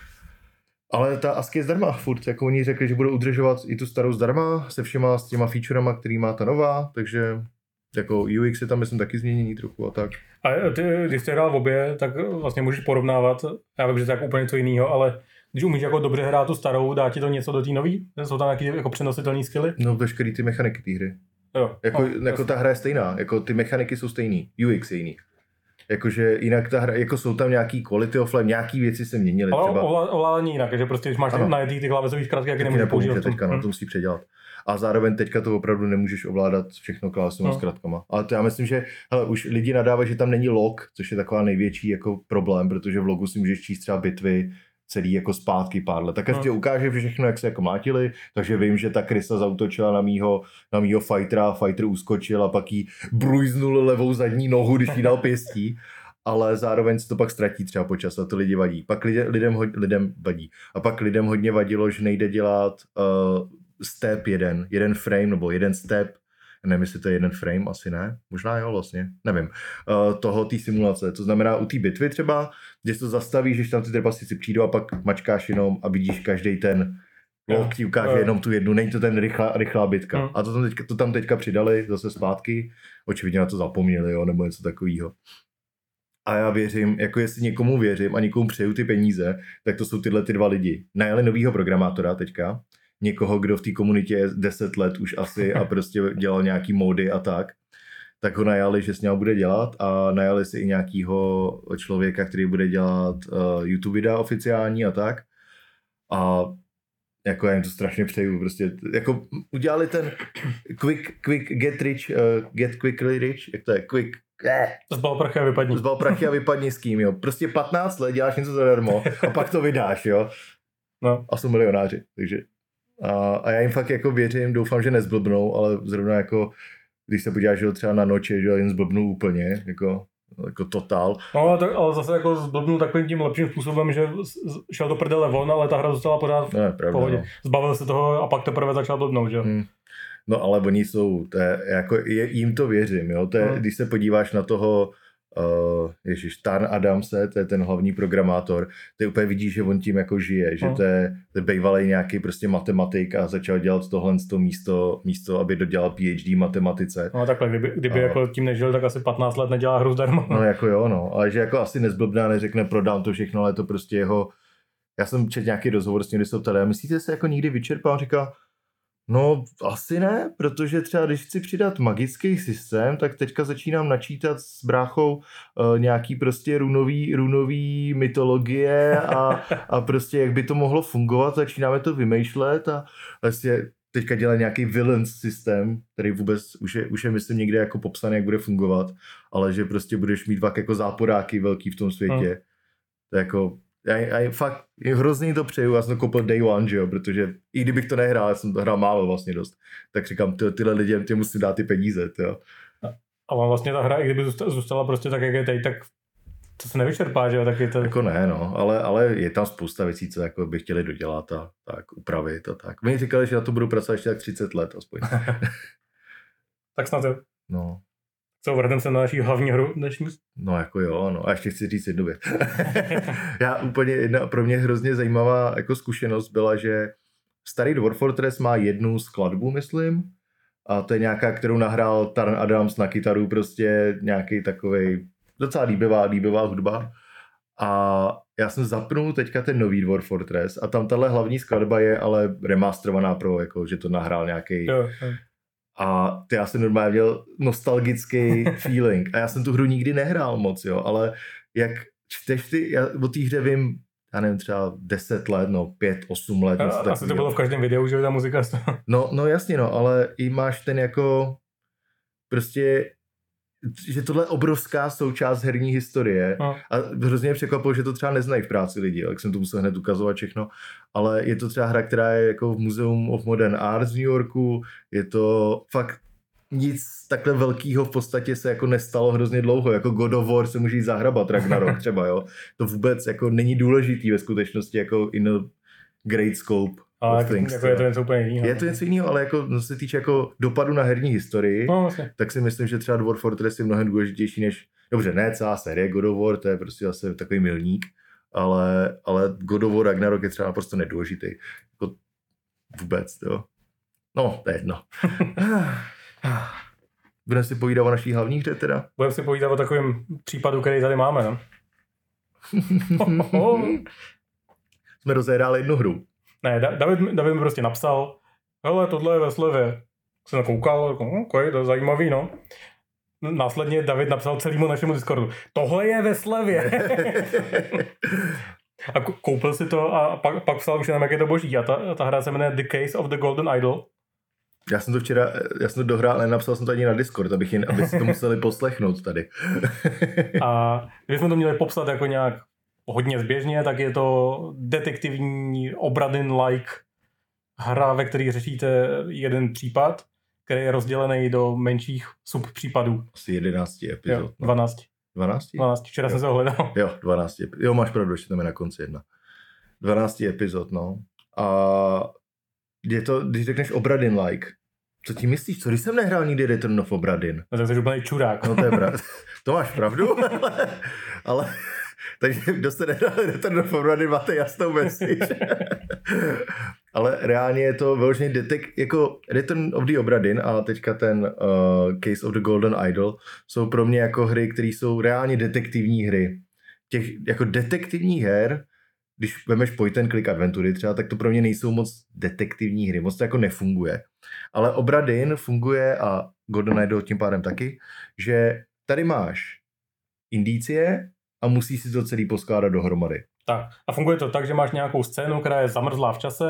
Ale ta ASCII je zdarma furt, jako oni řekli, že budou udržovat i tu starou zdarma se všema s těma featurema, který má ta nová, takže jako UX je tam myslím taky změněný trochu a tak. A ty, když jsi hrál v obě, tak vlastně můžeš porovnávat, já vím, že to je jako úplně něco jiného, ale když umíš jako dobře hrát tu starou, dá ti to něco do té nový? Jsou tam nějaké jako přenositelné skilly? No veškerý ty mechaniky té hry. Jo. Jako ta hra je stejná, jako ty mechaniky jsou stejný, UX je jiný. Jakože jinak ta hra, jako jsou tam nějaký quality of life, nějaký věci se měnily ale třeba. Ale ovládání jinak, že prostě když máš najetý ty klávesový zkrátky, jak nemůžeš používat. Teďka, no, to musí předělat. A zároveň teďka to opravdu nemůžeš ovládat všechno klávesovými zkratkama. Ale to já myslím, že hele, už lidi nadávají, že tam není log, což je taková největší jako problém, protože v logu si můžeš číst třeba bitvy celý jako zpátky pár let. Tak ti ukáže všechno, jak se jako mlátili, takže vím, že ta krysa zautočila na mýho fightera, fighter uskočil a pak jí brujznul levou zadní nohu, když jí dal pěstí. Ale zároveň se to pak ztratí třeba po čase a to lidi vadí. Pak lidem vadí. A pak lidem hodně vadilo, že nejde dělat step jeden frame nebo jeden step, nevím, jestli to je jeden frame, asi ne, možná jo vlastně, nevím, té simulace. To znamená u té bitvy třeba, když to zastavíš, že tam ty trpaslíci přijdou a pak mačkáš jenom a vidíš každý ten log, ti ukáže jenom tu jednu, není to ten rychlá bitka. A to tam teďka přidali zase zpátky, očividně na to zapomněli, jo, nebo něco takového. A já věřím, jako jestli někomu věřím a někomu přeju ty peníze, tak to jsou tyhle ty 2 lidi. Najali novýho programátora teďka, někoho, kdo v té komunitě je 10 let už asi a prostě dělal nějaký módy a tak ho najali, že s ním bude dělat a najali si i nějakýho člověka, který bude dělat YouTube videa oficiální a tak. A jako já jim to strašně přeju, prostě jako udělali ten get quickly rich, jak to je, Zbal prachy a vypadni s kým, jo. Prostě 15 let děláš něco zadarmo a pak to vydáš, jo. No. A jsou milionáři, takže. A já jim fakt jako věřím, doufám, že nezblbnou, ale zrovna jako, když se podíváš, že třeba na noče, že jen zblbnou úplně, jako totál. No ale zase jako zblbnul takovým tím lepším způsobem, že šel do prdele von, ale ta hra zůstala pořád v pohodě. No. Zbavil se toho a pak teprve začal blbnout, že jo. No ale oni jsou, jim to věřím, jo, když se podíváš na toho, Tarn Adamse, to je ten hlavní programátor, ty úplně vidíš, že on tím jako žije, že to je bývalý nějaký prostě matematik a začal dělat tohle místo, aby dodělal PhD matematice. No takhle, kdyby jako tím nežil, tak asi 15 let nedělá hru zdarma. No jako jo, no, ale že jako asi nezblbná, neřekne prodám to všechno, ale to prostě jeho, já jsem četl nějaký rozhovor s ním, kdy se ptali, myslíte se jako nikdy vyčerpal, říká, no asi ne, protože třeba když chci přidat magický systém, tak teďka začínám načítat s bráchou nějaký prostě runový mytologie a prostě jak by to mohlo fungovat, začínáme to vymýšlet a vlastně teďka dělá nějaký villains systém, který vůbec už je myslím někde jako popsaný, jak bude fungovat, ale že prostě budeš mít fakt jako záporáky velký v tom světě. To je jako já fakt hrozně to přeju, já jsem to koupil day one, že jo, protože i kdybych to nehrál, já jsem to hrál málo vlastně dost, tak říkám, tyhle lidi, ty musím dát ty peníze, jo. A vlastně ta hra, i kdyby zůstala prostě tak, jak je teď, tak to se nevyčerpá, že jo, tak je to... Jako ne, no, ale je tam spousta věcí, co jako by chtěli dodělat a tak upravit a tak. My říkali, že na to budu pracovat ještě tak 30 let aspoň. Tak snad jo. No. Co, vrhneme se na naší hlavní hru dnešní? No jako jo, no a ještě chci říct jednu věc. Já úplně pro mě hrozně zajímavá jako zkušenost byla, že starý Dwarf Fortress má jednu skladbu, myslím, A to je nějaká, kterou nahrál Tarn Adams na kytaru, prostě nějaký takovej docela líbivá hudba. A já jsem zapnul teďka ten nový Dwarf Fortress a tam tahle hlavní skladba je ale remasterovaná pro, jako, že to nahrál nějaký. A to já jsem normálně měl nostalgický feeling. A já jsem tu hru nikdy nehrál moc, jo, ale jak čteš ty, já o té hře vím, já nevím, třeba 10 let, 5-8 let. Asi to bylo v každém videu, že ta muzika. No jasně, ale i máš ten jako prostě, že tohle je obrovská součást herní historie a hrozně mě překvapilo, že to třeba neznají v práci lidi, jak jsem to musel hned ukazovat všechno, ale je to třeba hra, která je jako v Museum of Modern Arts v New Yorku, je to fakt nic takhle velkého v podstatě se jako nestalo hrozně dlouho, jako God of War se může jít zahrabat Ragnarok třeba, jo, to vůbec jako není důležitý ve skutečnosti jako in a great scope. Ale jako je to něco úplně jiného. Je to něco jiného, ale jako, co se týče jako dopadu na herní historii, tak si myslím, že třeba Dwarf Fortress je mnohem důležitější než, dobře, ne celá série God of War, to je prostě zase takový milník, ale God of War Ragnarok je třeba naprosto nedůležitý. Jako vůbec, jo. No, to je jedno. Budeme si povídat o naší hlavní hře teda? Budeme si povídat o takovém případu, který tady máme, no. Jsme rozehráli jednu hru. Ne, David mi prostě napsal, hele, tohle je ve slevě. Jsem nakoukal, jako, OK, to je zajímavý, no. Následně David napsal celému našemu Discordu, tohle je ve slevě. A koupil si to a pak psal už jenom, jak je to boží. A ta hra se jmenuje The Case of the Golden Idol. Já jsem to dohrál, ale napsal jsem to ani na Discord, aby si to museli poslechnout tady. A kdybychom to měli popsat jako nějak hodně zběžně, tak je to detektivní Obradin-like hra, ve které řešíte jeden případ, který je rozdělený do menších subpřípadů. Asi 11 epizod. Jo, 12. 12? 12, včera jsem se ohledal. Jo, 12. Jo, máš pravdu, ještě tam je na konci jedna. 12 epizod, no. A je to, když řekneš Obradin-like, co ti myslíš? Co když jsem nehrál nikdy Return of Obradin? No tak jsi úplně čurák. No to je pravda. To máš pravdu, ale takže kdo jste nehrál Return of Obradin, máte jasnou message. Ale reálně je to vyložený jako Return of the Obradin a teďka ten Case of the Golden Idol jsou pro mě jako hry, které jsou reálně detektivní hry. Těch jako detektivních her, když vemeš point and click adventury třeba, tak to pro mě nejsou moc detektivní hry, moc to jako nefunguje. Ale Obradin funguje a Golden Idol tím pádem taky, že tady máš indicie a musíš si to celý poskládat dohromady. Tak. A funguje to tak, že máš nějakou scénu, která je zamrzlá v čase,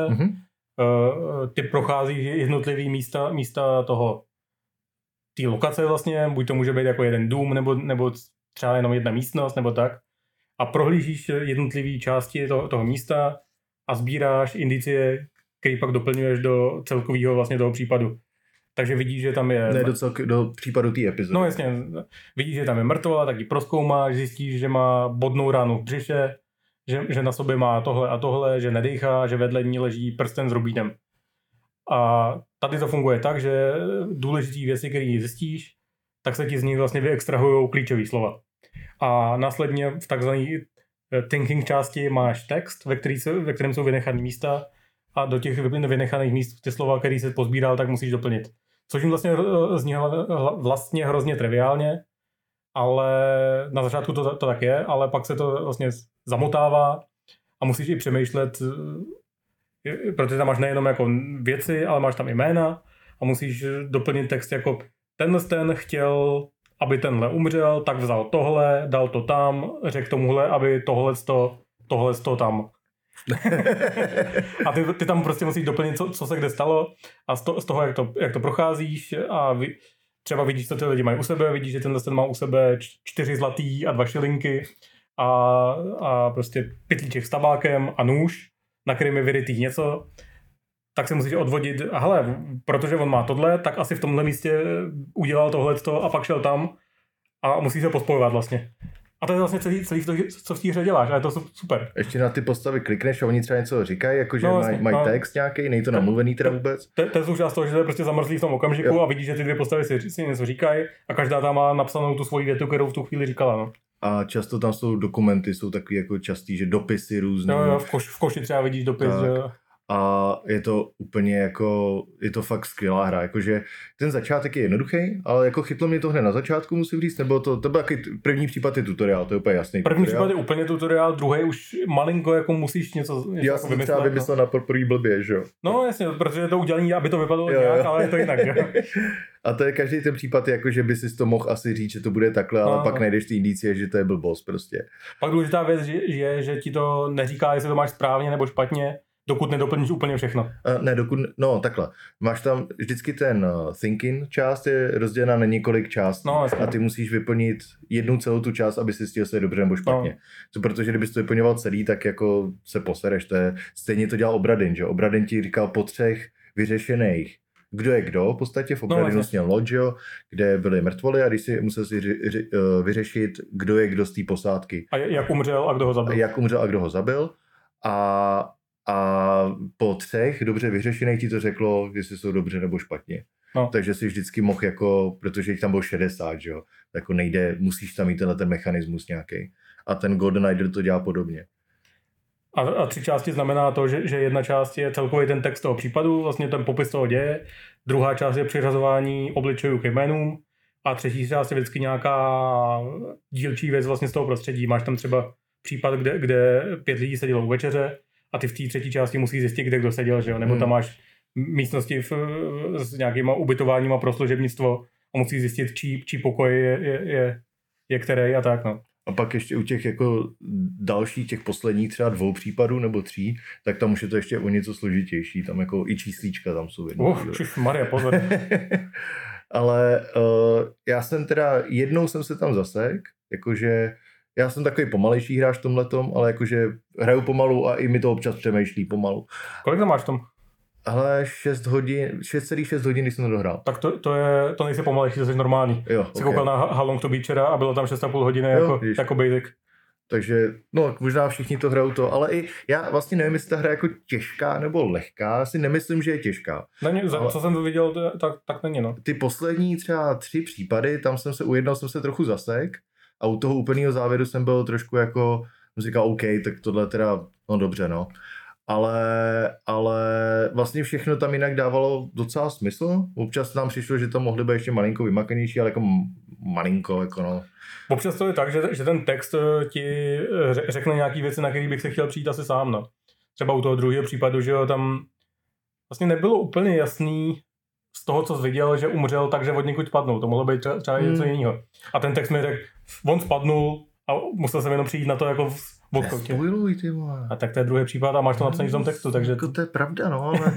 ty procházíš jednotlivý místa toho té lokace vlastně, buď to může být jako jeden dům, nebo třeba jenom jedna místnost, nebo tak. A prohlížíš jednotlivé části toho místa a sbíráš indicie, který pak doplňuješ do celkového vlastně toho případu. Takže vidíš, že tam je... Ne, do případu té epizody. No jasně, vidíš, že tam je mrtvola, tak ji prozkoumáš, zjistíš, že má bodnou ránu v břiše, že na sobě má tohle a tohle, že nedejchá, že vedle ní leží prsten s rubínem. A tady to funguje tak, že důležitý věci, které zjistíš, tak se ti z nich vlastně vyextrahujou klíčové slova. A následně v takzvané thinking části máš text, ve kterém jsou vynechané místa a do těch vynechaných míst ty slova, které se pozbíral, tak musíš doplnit. Což jim vlastně zní vlastně hrozně triviálně, ale na začátku to tak je, ale pak se to vlastně zamotává a musíš i přemýšlet, protože tam máš nejenom jako věci, ale máš tam i jména a musíš doplnit text jako ten chtěl, aby tenhle umřel, tak vzal tohle, dal to tam, řekl tomuhle, aby tohle tam. A ty tam prostě musíš doplnit, co se kde stalo a z toho, jak to procházíš a třeba vidíš, co ty lidi mají u sebe, vidíš, že ten má u sebe 4 zlatý a 2 šilinky a prostě pytlíček s tabákem a nůž, na kterým je vyrytý něco, tak se musíš odvodit, hele, protože on má tohle, tak asi v tomhle místě udělal tohleto a pak šel tam a musíš se pospojovat vlastně. A to je vlastně celý co v té hře děláš a je to super. Ještě na ty postavy klikneš a oni třeba něco říkají, jakože mají text nějaký, není to namluvený teda vůbec? To je součást toho, že to je prostě zamrzlý v tom okamžiku jo. A vidíš, že ty dvě postavy si něco říkají a každá tam má napsanou tu svoji větu, kterou v tu chvíli říkala. No. A často tam jsou dokumenty, jsou takový jako častý, že dopisy různé. No, v koši třeba vidíš dopis, že... a je to úplně jako, je to fakt skvělá hra, jakože ten začátek je jednoduchý, ale jako chytlo mě to hned na začátku, musím říct, nebo to byl taky první případ je tutoriál, to je úplně jasný. První případ je úplně tutoriál, druhý už malinko jako musíš něco já jsem vymyslet. třeba vymyslel na první blbě, že jo? No jasně, protože je to udělání, aby to vypadalo nějak, ale je to jinak, jo? A to je každý ten případ, jako že by si to mohl asi říct, že to bude takhle, ale pak najdeš ty indicie, že to je blbost prostě. Pak důležitá věc je, že ti to neříká, jestli to máš správně nebo špatně, dokud nedoplníš úplně všechno. No takhle. Máš tam vždycky ten thinking část je rozdělená na několik částí a ty musíš vyplnit jednu celou tu část, aby si zjistil, jestli je dobře nebo špatně. No. Protože kdybys to vyplňoval celý, tak jako se posereš. Stejně to dělal Obradin, že? Obradin ti říkal po 3 vyřešených kdo je kdo, v podstatě v Obradinu měl loď, kde byly mrtvoly a když si musel vyřešit, kdo je kdo z té posádky. A jak umřel a kdo ho zabil. A po 3 dobře vyřešených ti to řeklo, jestli jsou dobře nebo špatně. No. Takže si vždycky mohl jako, protože jich tam bylo 60, že jo, jako nejde, musíš tam mít ten mechanismus nějaký. A ten Golden Idol to dělá podobně. A 3 části znamená to, že jedna část je celkový ten text toho případu, vlastně ten popis toho děje, druhá část je přiřazování obličejů k jménům a třetí část je vždycky nějaká dílčí věc vlastně z toho prostředí. Máš tam třeba případ, kde 5 lidí sedělo u večeře a ty v té třetí části musíš zjistit, kde kdo seděl, že jo? Nebo tam máš místnosti s nějakýma ubytováníma pro služebnictvo a musíš zjistit, čí pokoj je který a tak, no. A pak ještě u těch jako dalších, těch posledních třeba 2 případů nebo 3, tak tam už je to ještě o něco složitější, tam jako i číslíčka tam jsou jednou. Maria, pozor. Ale já jsem teda, jednou jsem se tam zasek, jakože já jsem takový pomalejší hráč v tomhletom, ale jakože hraju pomalu a i mi to občas přemýšlí pomalu. Kolik to máš v tom? Hele, 6,6 hodin, když jsem to dohrál. Tak to nejsi pomalejší, to jsi normální. Jo, jsi koukal na How Long to Beat včera a bylo tam 6,5 hodiny jako basic. Takže, no, možná všichni to hrajou to, ale i já vlastně nevím, jestli ta hra jako těžká nebo lehká, já si nemyslím, že je těžká. Co jsem to viděl, tak není, no. Ty poslední třeba 3 případy, tam u jednoho jsem se trochu zasek a u toho úplného závěru jsem byl trošku jako, jsem říkal, OK, tak tohle teda, no dobře, no. Ale vlastně všechno tam jinak dávalo docela smysl. Občas nám přišlo, že to mohly být ještě malinko vymakanější, ale jako malinko, jako no. Občas to je tak, že ten text ti řekne nějaký věci, na který bych se chtěl přijít asi sám, no. Třeba u toho druhého případu, že jo, tam vlastně nebylo úplně jasný z toho, co jsi viděl, že umřel tak, že od někud spadnul. To mohlo být třeba něco jiného. A ten text mi řekl, on spadnul a musel jsem jenom přijít na to jako odkoutě. Nespojluj, ty vole. A tak to je druhý případ a máš to napsaný v tom textu, takže... Jako to je pravda, no, ale...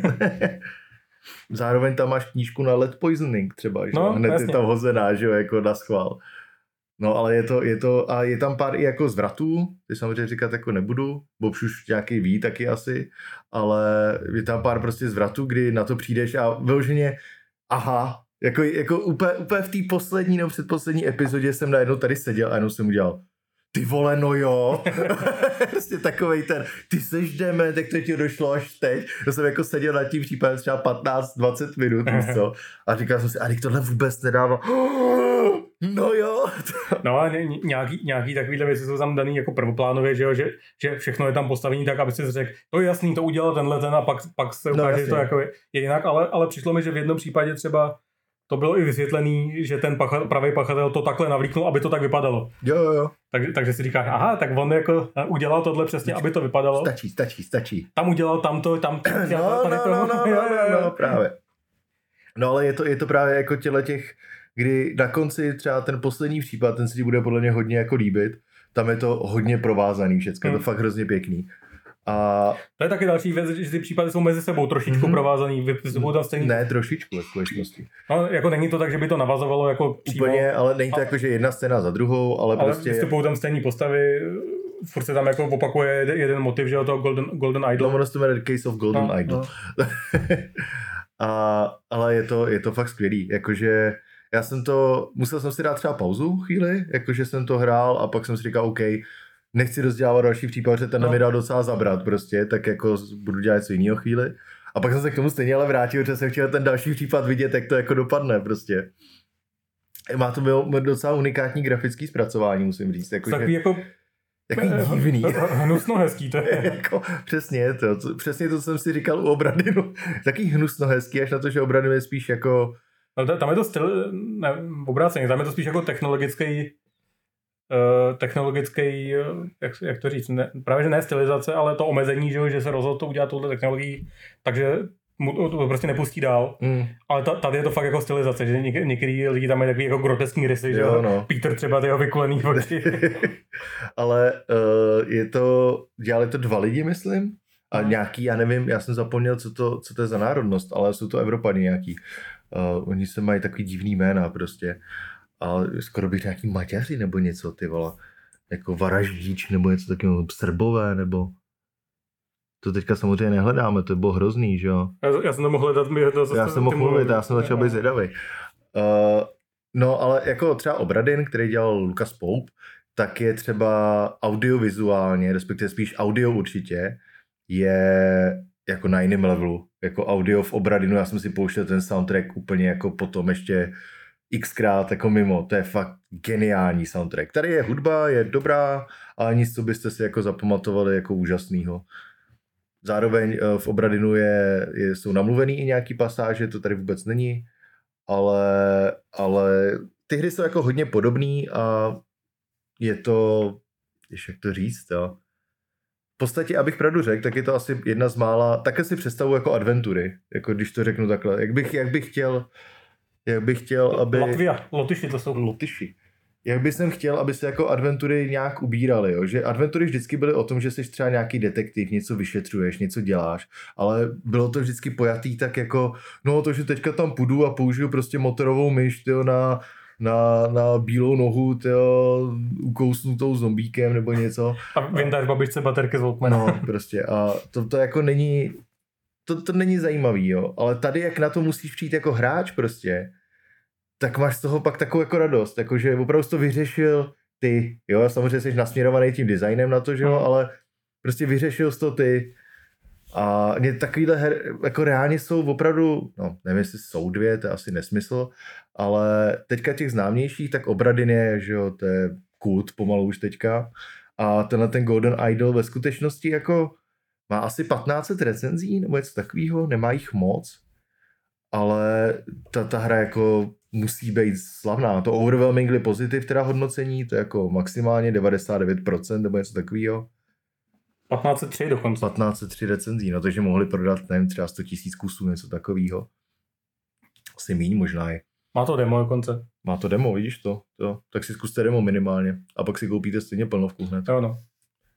Zároveň tam máš knížku na lead poisoning třeba, že no, hned jasně. Je tam hozená, že jo, jako na schvál. No, ale je tam pár i jako zvratů, ty samozřejmě říkat jako nebudu, Bobš už nějaký ví taky asi, ale je tam pár prostě zvratů, kdy na to přijdeš a vyloženě, aha, jako úplně v té poslední nebo předposlední epizodě jsem najednou tady seděl a jenom jsem udělal, ty vole, no jo, prostě takovej ten, ty seš dement, tak to ti došlo až teď. Já jsem jako seděl nad tím případem třeba 15-20 minut, co? A říkal jsem si, a tohle vůbec nedává. No jo. No a nějaký takovýhle věci jsou tam daný jako prvoplánově, že všechno je tam postavený tak, aby si řekl, to je jasný, to udělal tenhle ten a pak se ukáže, že to jako je jinak, ale přišlo mi, že v jednom případě třeba to bylo i vysvětlený, že ten pravý pachatel to takhle navlíknul, aby to tak vypadalo. Jo. Takže si říkáš, aha, tak on jako udělal tohle přesně, aby to vypadalo. Stačí. Tam udělal tamto. No, právě. No ale je to právě jako těch, kdy na konci třeba ten poslední případ, ten se ti bude podle mě hodně jako líbit, tam je to hodně provázaný všechno, je to fakt hrozně pěkný. A... To je taky další věc, že ty případy jsou mezi sebou trošičku provázaný. Ne, trošičku ve skutečnosti. No, jako není to tak, že by to navazovalo jako přímo. Úplně, ale není to jako, že jedna scéna za druhou, ale prostě... vystupují tam stejné postavy, furt se tam jako opakuje jeden motiv, že jo, toho Golden Idol. No, ono se to jmenuje Case of Golden Idol. No. Ale je to fakt skvělý, jakože musel jsem si dát třeba pauzu chvíli, jakože jsem to hrál a pak jsem si říkal, OK, nechci rozdělávat další případ, že ten mi dal docela zabrat prostě, tak jako budu dělat něco jiného chvíli. A pak jsem se k tomu stejně ale vrátil, že jsem chtěl ten další případ vidět, jak to jako dopadne prostě. Má to docela unikátní grafický zpracování, musím říct. Takový jako Jaký divný. Hnusno hezký to je. Jako, přesně to, co jsem si říkal u Obradinu. Taký hnusno hezký, až na to, že Obradin je spíš jako... No, tam je to styl, ne, obráceně, tam je to spíš jako technologický, jak to říct, ne, právě že ne stylizace, ale to omezení, že se rozhodl to udělat touhle technologií, takže mu to prostě nepustí dál. Ale tady je to fakt jako stylizace, že některý lidi tam mají takový jako groteskní rysy, že no. Peter třeba ty jeho vykulený oči. Ale dělali to 2 lidi, myslím, a nějaký, já nevím, já jsem zapomněl, co to je za národnost, ale jsou to Evropani nějaký. Oni se mají takový divný jména prostě. A skoro bych nějaký Maďaři nebo něco, ty vole. Jako Varaždíč nebo něco takového, Srbové nebo... To teďka samozřejmě nehledáme, to bylo hrozný, že jo? Já jsem to mohl hledat. Já jsem mohl mluvit, já jsem začal být zvědavý. No ale jako třeba Obradin, který dělal Lucas Pope, tak je třeba audiovizuálně, respektive spíš audio určitě, je jako na jiném levelu. Jako audio v Obradinu, já jsem si pouštěl ten soundtrack úplně jako potom ještě xkrát jako mimo, to je fakt geniální soundtrack. Tady je hudba, je dobrá, ale nic, co byste si jako zapamatovali jako úžasnýho. Zároveň v Obradinu jsou namluvený i nějaký pasáže, to tady vůbec není, ale ty hry jsou jako hodně podobný a je to, jak to říct, jo. V podstatě, abych pravdu řekl, tak je to asi jedna z mála, také si představuji jako adventury, jako když to řeknu takhle, jak bych chtěl, aby... Latvia, Lotyši to jsou. Lotyši. Jak bych chtěl, aby se jako adventury nějak ubíraly, jo? Že adventury vždycky byly o tom, že jsi třeba nějaký detektiv, něco vyšetřuješ, něco děláš, ale bylo to vždycky pojatý tak jako, no to, že teďka tam půjdu a použiju prostě motorovou myš, tyjo, na bílou nohu, tyjo, ukousnutou zombíkem nebo něco. A vyndáš babičce baterky z Walkmana. No, prostě a to jako není, to není zajímavý, jo, ale tady jak na to musíš přijít jako hráč prostě, tak máš z toho pak takovou jako radost, jakože opravdu to vyřešil ty, jo, samozřejmě jsi nasměrovaný tím designem na to, že jo, ale prostě vyřešil jsi to ty a takovýhle her, jako reálně jsou opravdu, no nevím, jestli jsou 2, to je asi nesmysl, ale teďka těch známějších, tak Obradin je, že jo, to je kult pomalu už teďka a tenhle ten Golden Idol ve skutečnosti jako má asi 1500 recenzí nebo něco takového, nemá jich moc, ale ta hra jako musí být slavná. To overwhelmingly pozitiv teda hodnocení, to je jako maximálně 99% nebo něco takového. 1503 dokonce. 1503 recenzí, no takže mohli prodat, nevím, třeba 100 000 kusů, něco takového. Asi míň možná je. Má to demo dokonce. Má to demo, vidíš to? Tak si zkuste demo minimálně a pak si koupíte stejně plnovku hned. Jo, no.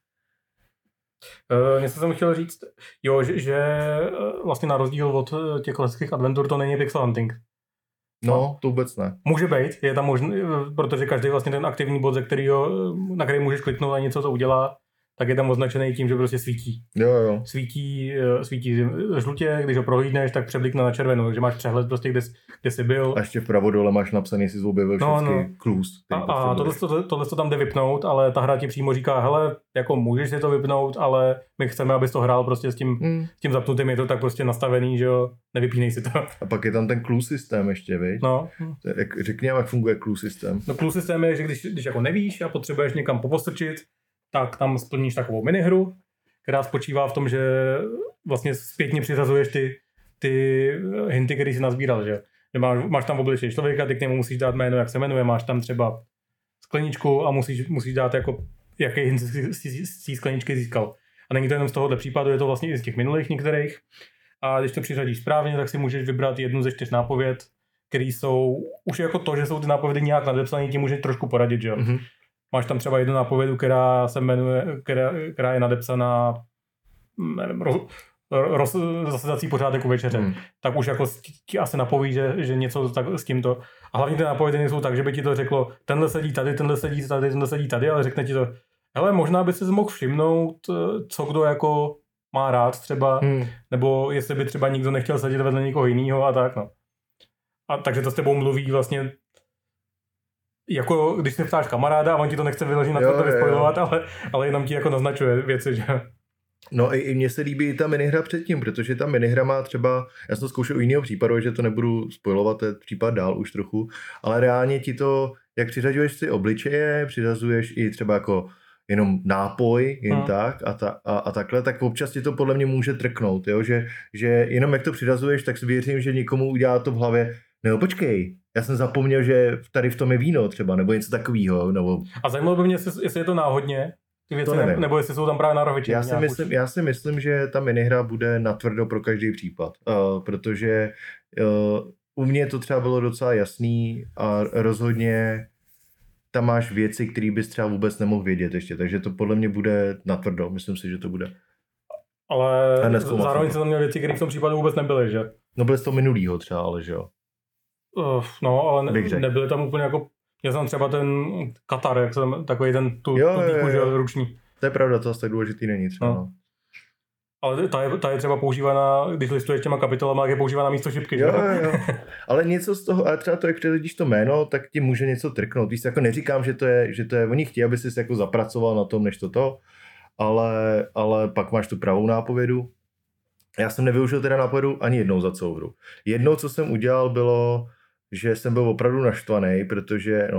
Něco jsem chtěl říct, jo, že vlastně na rozdíl od těch klasických adventur to není pixel hunting. No, to vůbec ne. Může být, je tam možný, protože každý vlastně ten aktivní bod, na který můžeš kliknout a něco to udělá, tak je tam označený tím, že prostě svítí. Jo. Svítí žlutě, když ho prohlídneš, tak přeblikne na červenou, takže máš přehled prostě, kde jsi byl. A ještě vpravo dole máš napsaný, jestli jsi objevil všechny clues. A tohle to tam jde vypnout, ale ta hra ti přímo říká, hele, jako můžeš si to vypnout, ale my chceme, abys to hrál prostě s tím zapnutým, je to tak prostě nastavený, že jo, nevypínej si to. A pak je tam ten clue systém ještě, viď? No. Řekni, jak funguje clue systém. No clue systém je, že když jako nevíš a potřebuješ někam popostrčit, tak tam splníš takovou minihru, která spočívá v tom, že vlastně zpětně přiřazuješ ty hinty, které jsi nazbíral, že máš tam obličej člověka, ty k němu musíš dát jméno, jak se jmenuje, máš tam třeba skleničku a musíš dát jako, jaký hint z té skleničky získal. A není to jenom z tohohle případu, je to vlastně i z těch minulých některých. A když to přiřadíš správně, tak si můžeš vybrat jednu ze 4 nápověd, které jsou, už jako to, že jsou ty nápovědy nějak nadepsané, ti může trošku poradit, že jo. Mm-hmm. Máš tam třeba jednu nápovědu, která se jmenuje, která je nadepsaná, nevím, zasedací pořádek u večeře. Tak už jako ti asi napoví, že něco tak s tímto. A hlavně ty nápovědy nejsou tak, že by ti to řeklo, tenhle sedí tady, tenhle sedí tady, ale řekne ti to, hele, možná by si mohl všimnout, co kdo jako má rád třeba, nebo jestli by třeba nikdo nechtěl sedět vedle někoho jiného a tak, no. A takže to s tebou mluví vlastně jako když se ptáš kamaráda a on ti to nechce vyložit na to vyspoilovat, ale jenom ti jako naznačuje věci, že... No i mně se líbí ta minihra předtím, protože ta minihra má třeba, já jsem to zkoušel u jiného případu, že to nebudu spoilovat, to je případ dál už trochu, ale reálně ti to, jak přiřazuješ si obličeje, přiřazuješ i třeba jako jenom nápoj, jen tak a takhle, tak občas ti to podle mě může trknout, jo? Že jenom jak to přirazuješ, tak si věřím, že někomu udělá to v hlavě, nebo počkej, já jsem zapomněl, že tady v tom je víno třeba, nebo něco takového. Nebo... A zajímalo by mě, jestli je to náhodně, ty věci, nebo jestli jsou tam právě na roviči. Já si myslím, že ta minihra bude natvrdo pro každý případ, protože u mě to třeba bylo docela jasný a rozhodně tam máš věci, které bys třeba vůbec nemohl vědět ještě, takže to podle mě bude natvrdo, myslím si, že to bude. Ale zároveň jsem tam měl věci, které v tom případu vůbec nebyly, že? No byly z toho minulýho třeba, ale že jo. No, ale nebyly tam úplně jako, já jsem třeba ten Katar, jak jsem takový ten tu dýku, že ruční. To je pravda, to asi tak důležitý není třeba, no. Ale ta je třeba používaná, když listuješ těma kapitolama, tak je používaná místo šipky, jo. Ale něco z toho, ale třeba to, jak přeledíš to jméno, tak ti může něco trknout. Víš, jako neříkám, že to je, oni chtějí, aby jsi jako zapracoval na tom, než toto, ale pak máš tu pravou nápovědu. Já jsem nevyužil teda nápovědu ani jednou za celou hru. Jednou, co jsem udělal, bylo, že jsem byl opravdu naštvaný, protože,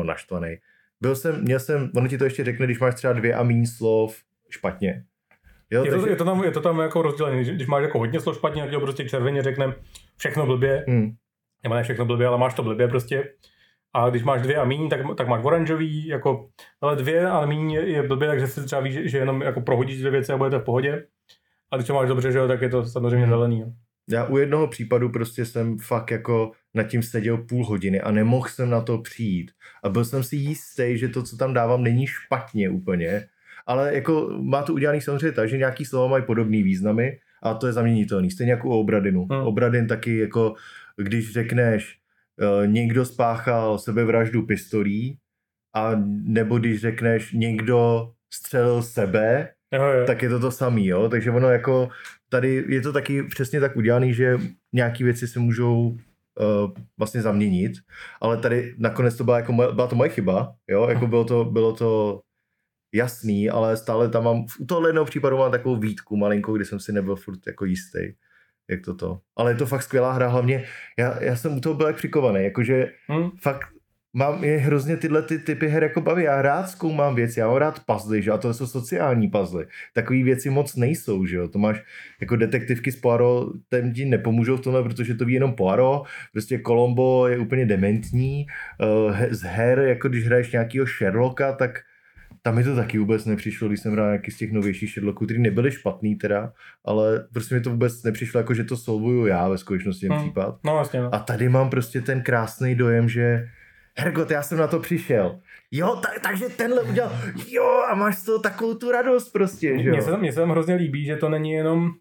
měl jsem, ono ti to ještě řekne, když máš třeba 2 a míň slov špatně. Jo, je to tam jako rozdělené, když máš jako hodně slov špatně, tak prostě červeně řekne všechno blbě, nebo ne všechno blbě, ale máš to blbě prostě. A když máš 2 a míň, tak máš oranžový, jako, ale 2 a míň je blbě, takže si třeba víš, že jenom jako prohodíš 2 věci a budete v pohodě. A když to máš dobře, že jo, tak je to samozřejmě zelený. Jo. Já u jednoho případu prostě jsem fakt jako nad tím seděl půl hodiny a nemohl jsem na to přijít. A byl jsem si jistý, že to, co tam dávám, není špatně úplně. Ale jako má to udělaný samozřejmě tak, že nějaký slova mají podobný významy a to je zaměnitelný. Stejně jako u obradinu. Obradin taky jako, když řekneš, někdo spáchal sebevraždu pistolí a nebo když řekneš, někdo střelil sebe, jo. Tak je to samý, jo. Takže ono jako tady je to taky přesně tak udělaný, že nějaký věci se můžou vlastně zaměnit, ale tady nakonec to byla to moje chyba, jo. Jako bylo to jasný, ale stále tam mám, u tohle jednoho případu mám takovou výtku malinkou, kdy jsem si nebyl furt jako jistý, jak to. Ale je to fakt skvělá hra, hlavně já jsem u toho byl jak přikovaný, jakože fakt mám je hrozně tyhle typy her jako baví, já rád zkoumám věci, já mám rád puzzle, že a to jsou sociální puzzle, takový věci moc nejsou, že jo, to máš jako detektivky z Poirot, ten ti nepomůžou v tomhle, protože to ví jenom Poirot, prostě Columbo je úplně dementní, z her, jako když hraješ nějakýho Sherlocka, tak tam mi to taky vůbec nepřišlo, když jsem hrál nějaký z těch novějších Sherlocků, který nebyly špatný teda, ale prostě mi to vůbec nepřišlo, jako že to solvuju já ve skutečnosti ten případ. No, vlastně, no. A tady mám prostě ten krásný dojem, že hergot, já jsem na to přišel. Jo, takže tenhle udělal, jo, a máš z toho takovou tu radost prostě, že jo. Mně se tam hrozně líbí, že to není jenom,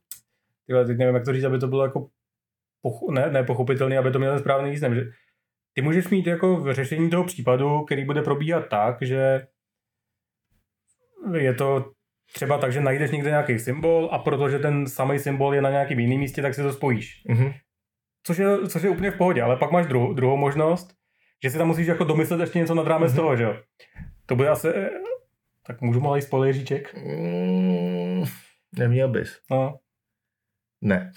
teď nevím, jak to říct, aby to bylo jako, nepochopitelný, aby to mělo ten správný význam, že ty můžeš mít jako v řešení toho případu, který bude probíhat tak, že je to třeba tak, že najdeš někde nějaký symbol a protože ten samý symbol je na nějakém jiném místě, tak si to spojíš. Což je úplně v pohodě, ale pak máš druhou možnost, že si tam musíš jako domyslet ještě něco nad rámec toho, že jo. To bude asi... Tak můžu malý spoileříček? Neměl bys. No. Ne.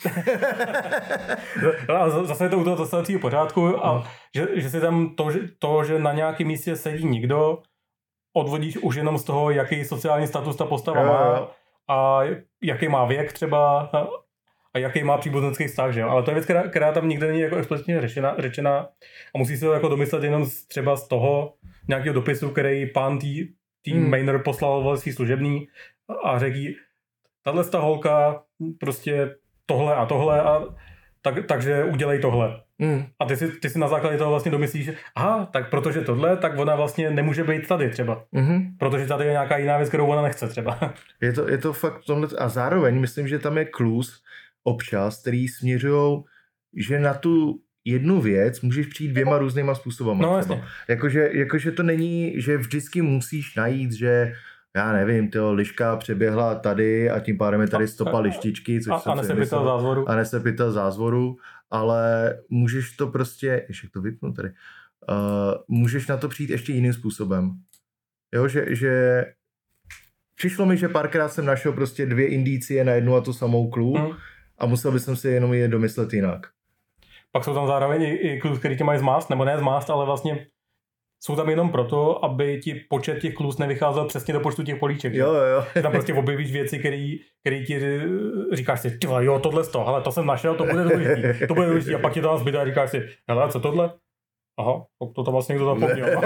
A zase je to u toho zastavacího pořádku a že si tam to, že na nějakém místě sedí někdo, odvodíš už jenom z toho, jaký sociální status ta postava má a jaký má věk třeba a jaký má příbuzenský vztah, že jo. Ale to je věc, která tam nikde není jako explicitně řečena a musí se to jako domyslet jenom třeba z toho nějakého dopisu, který pán tý Maynard poslal svý služebný a řekl jí, tato holka prostě tohle a takže udělej tohle. A ty si na základě toho vlastně domyslíš, že aha, tak protože tohle, tak ona vlastně nemůže být tady třeba. Protože tady je nějaká jiná věc, kterou ona nechce třeba. Je to fakt tomhle, a zároveň myslím, že tam je kluz občas, který směřujou, že na tu jednu věc můžeš přijít 2 různýma způsobama. No, jasně. Jakože to není, že vždycky musíš najít, že já nevím, liška přeběhla tady a tím pádem je tady stopa lištičky, což a nesepytel zázvoru. A nesepytel zázvoru, ale můžeš to prostě, ještě to vypnu tady, můžeš na to přijít ještě jiným způsobem. Jo, že přišlo mi, že párkrát jsem našel prostě 2 indicie na jednu a tu samou clue a musel bych si jenom je domyslet jinak. Pak jsou tam zároveň i clue, který tě mají zmást, nebo ne zmást, ale vlastně jsou tam jenom proto, aby ti počet těch kluz nevycházel přesně do počtu těch políček. Jo. Tam prostě objevíš věci, které ti říkáš si, tyhle, jo, tohle to, hele, to jsem našel, to bude důležitý. A pak ti to tam zbyde a říkáš si, hele, co tohle? Aha, to tam vlastně někdo zapomněl.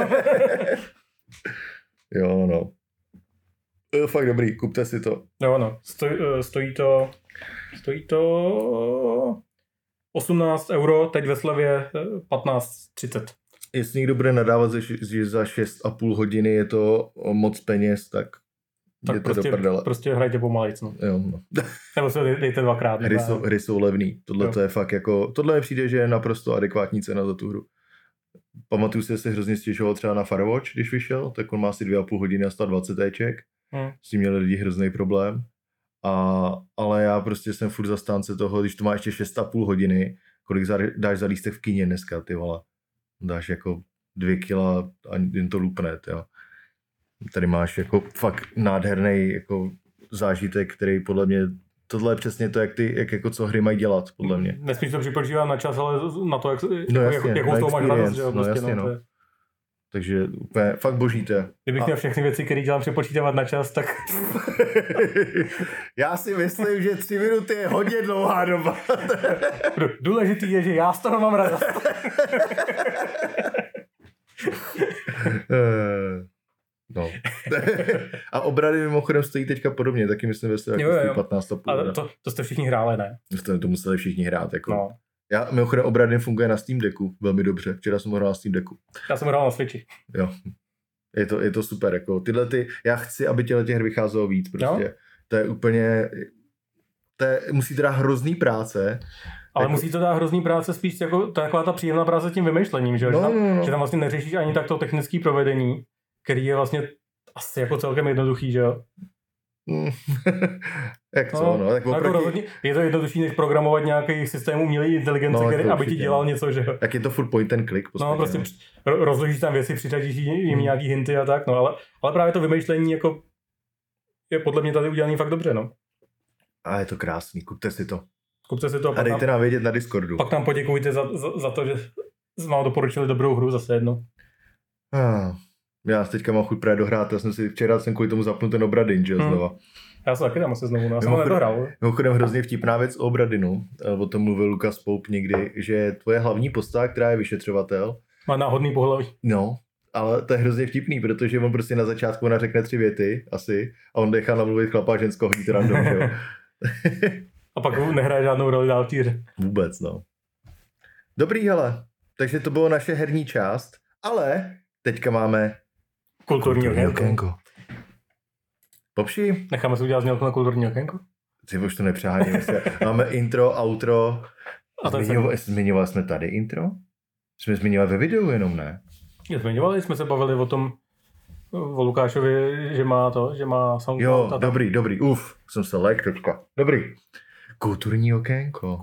Jo, no. Fakt dobrý, kupte si to. Jo, no. Stojí to 18 €, teď ve slevě 15,30. Jestli někdo bude nadávat, že za 6,5 hodiny je to moc peněz, tak jděte do prdele. Prostě hrajte pomalejc, no. Jo, no. Nebo se dejte dvakrát. Hry jsou levný. Tohle to je fakt jako, tohle mi přijde, že je naprosto adekvátní cena za tu hru. Pamatuju si, že se hrozně stěžoval třeba na Firewatch, když vyšel, tak on má asi 2,5 hodiny a 120 éček. S tím měli lidi hrozný problém. Ale já prostě jsem furt zastánce toho, když to má ještě 6,5 hodiny, kolik dáš za lístek v kině dneska, ty vole. Dáš jako 2 kila a jen to lupne, jo. Tady máš jako fakt nádherný jako zážitek, který podle mě, tohle je přesně to, jak jako co hry mají dělat, podle mě. Nesmíš to připočívat na čas, ale na to, jakou z toho máš radost, jo. No prostě, jasně, no. Takže úplně fakt božíte. Kdybych měl všechny věci, které dělám přepočítávat na čas, tak... Já si myslím, že 3 minuty je hodně dlouhá doba. Důležitý je, že já z toho mám radost. No. A obrady mimochodem stojí teďka podobně, taky myslím, že se jako 15,5. Ale to jste všichni hráli, ne? To museli všichni hrát. Jako. No. Já mimochodem obrady funguje na Steam Decku velmi dobře. Včera jsem ho hrál na Steam Decku. Já jsem hrál na Switchi. Jo. Je to super. Jako. Já chci, aby těch her vycházelo víc. Prostě. No? To je úplně... musí teda hrozný práce. Ale jako... musí to dát hrozný práce spíš jako taková ta příjemná práce s tím vymýšlením, že? No. Že tam vlastně neřešíš ani tak to technické provedení, který je vlastně asi jako celkem jednoduchý, že jo? Jak co, no? Tak oproti... rozhodně, je to jednodušší, než programovat nějaký systém umělé inteligence, aby ti dělal něco, že jo? Tak je to furt point and click. No, prostě rozložíš tam věci, přiřadíš jim nějaký hinty a tak, no, ale právě to vymýšlení jako je podle mě tady udělaný fakt dobře, no. A je to krásný, kupte si to. A dejte nám vědět na Discordu. Pak tam poděkujte za to, že jsme vám doporučili dobrou hru zase jedno. Já teďka mám chuť právě dohrát, včera jsem kvůli tomu zapnul ten Obradin, že znova. Já se taky tam asi znovu, já jsem ho nedohrál. Mimochodem hrozně vtipná věc o Obradinu, o tom mluvil Lukas Poup někdy, že tvoje hlavní postava, která je vyšetřovatel, má náhodný pohlaví. No, ale to je hrozně vtipný, protože on prostě na začátku řekne 3 věty asi a on nechá namluvit chlapa a ženskou, hodí to random, že jo. A pak nehraje žádnou roli dál týře. Vůbec, no. Dobrý, hele. Takže to bylo naše herní část, ale teďka máme kulturní okénko. Popši? Necháme si udělat znělku na kulturní okénko? Ty už to nepřeháním. Máme intro, outro. Zmiňovali jsme tady intro? Jsme zmiňovali ve videu jenom, ne? Zmiňovali jsme se bavili o tom, o Lukášovi, že má SoundCloud. Jo, dobrý. Jsem se lek teďka. Dobrý. Kulturní okénko.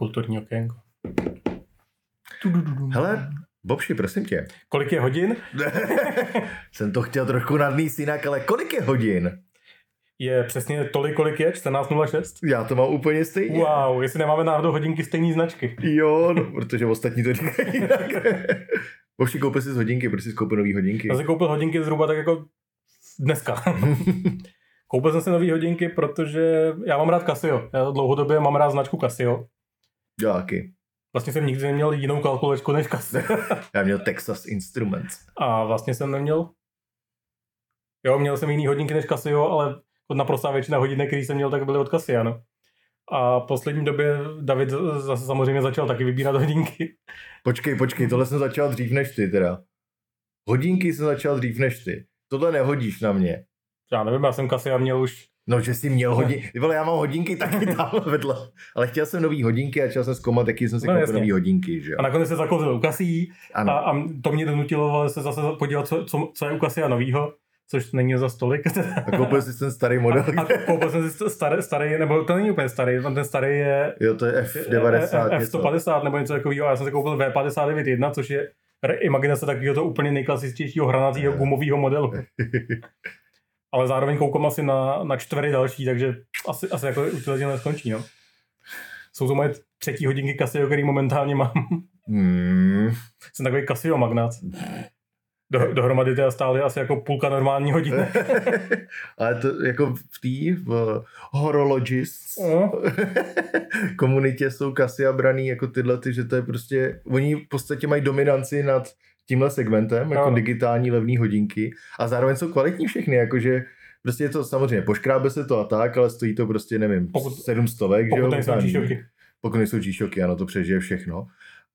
Hele, Bobši, prosím tě. Kolik je hodin? Jsem to chtěl trošku nadnést jinak, ale kolik je hodin? Je přesně tolik, kolik je, 14:06. Já to mám úplně stejně. Wow, jestli nemáme náhodou hodinky stejné značky. Jo, no, protože ostatní to říkají jinak. Bobši, koupil jsi hodinky, protože jsi koupil nový hodinky. Já jsem koupil hodinky zhruba tak jako dneska. Koupil jsem si nový hodinky, protože já mám rád Casio. Já dlouhodobě mám rád značku Casio. Já taky. Vlastně jsem nikdy neměl jinou kalkulačku než Casio. Já měl Texas Instruments. A vlastně jsem neměl... Jo, měl jsem jiný hodinky než Casio, ale naprostá většina hodinek, který jsem měl, tak byly od Casio, no. A v poslední době David zase samozřejmě začal taky vybírat hodinky. Počkej, tohle jsem začal dřív než ty teda. Hodinky jsem začal dřív než ty. Tohle nehodíš na mě. Já nevím, já jsem Casio měl už... No, že jsi měl hodinky. Já mám hodinky taky tam vedle. Ale chtěl jsem nový hodinky a chtěl jsem zkoumat, jaký jsem si koupil nový hodinky, že jo. A nakonec se zakouzil u Casio a to mě donutilo se zase podívat, co je u Casio novýho. Což není za stolik. A koupil jsi ten starý model. A koupil jsem si starý, nebo to není úplně starý, ten starý je... Jo, to je F90. F150 nebo něco takového. Já jsem si koupil V59.1, což je imaginace takového to úplně nejklasičtějšího hranacího gumového modelu. Ale zároveň koukám asi na 4 další, takže asi jako utilitě neskončí, no. Jsou to moje 3. hodinky Casio, který momentálně mám. Jsem takový Casio magnát. Dohromady teda stály asi jako půlka normální hodiny. Ale to jako v Horologists komunitě jsou Casio braný jako tyhle, že to je prostě, oni v podstatě mají dominanci nad tímhle segmentem, jako digitální levný hodinky a zároveň jsou kvalitní všechny, jakože prostě je to samozřejmě, poškrábe se to a tak, ale stojí to prostě, nevím, 700, že jo? Pokud nejsou G-Shocky, ano, to přežije všechno.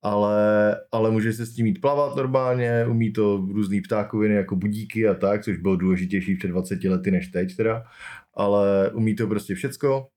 Ale může se s tím jít plavat normálně, umí to různý ptákoviny jako budíky a tak, což bylo důležitější před 20 lety než teď teda, ale umí to prostě všecko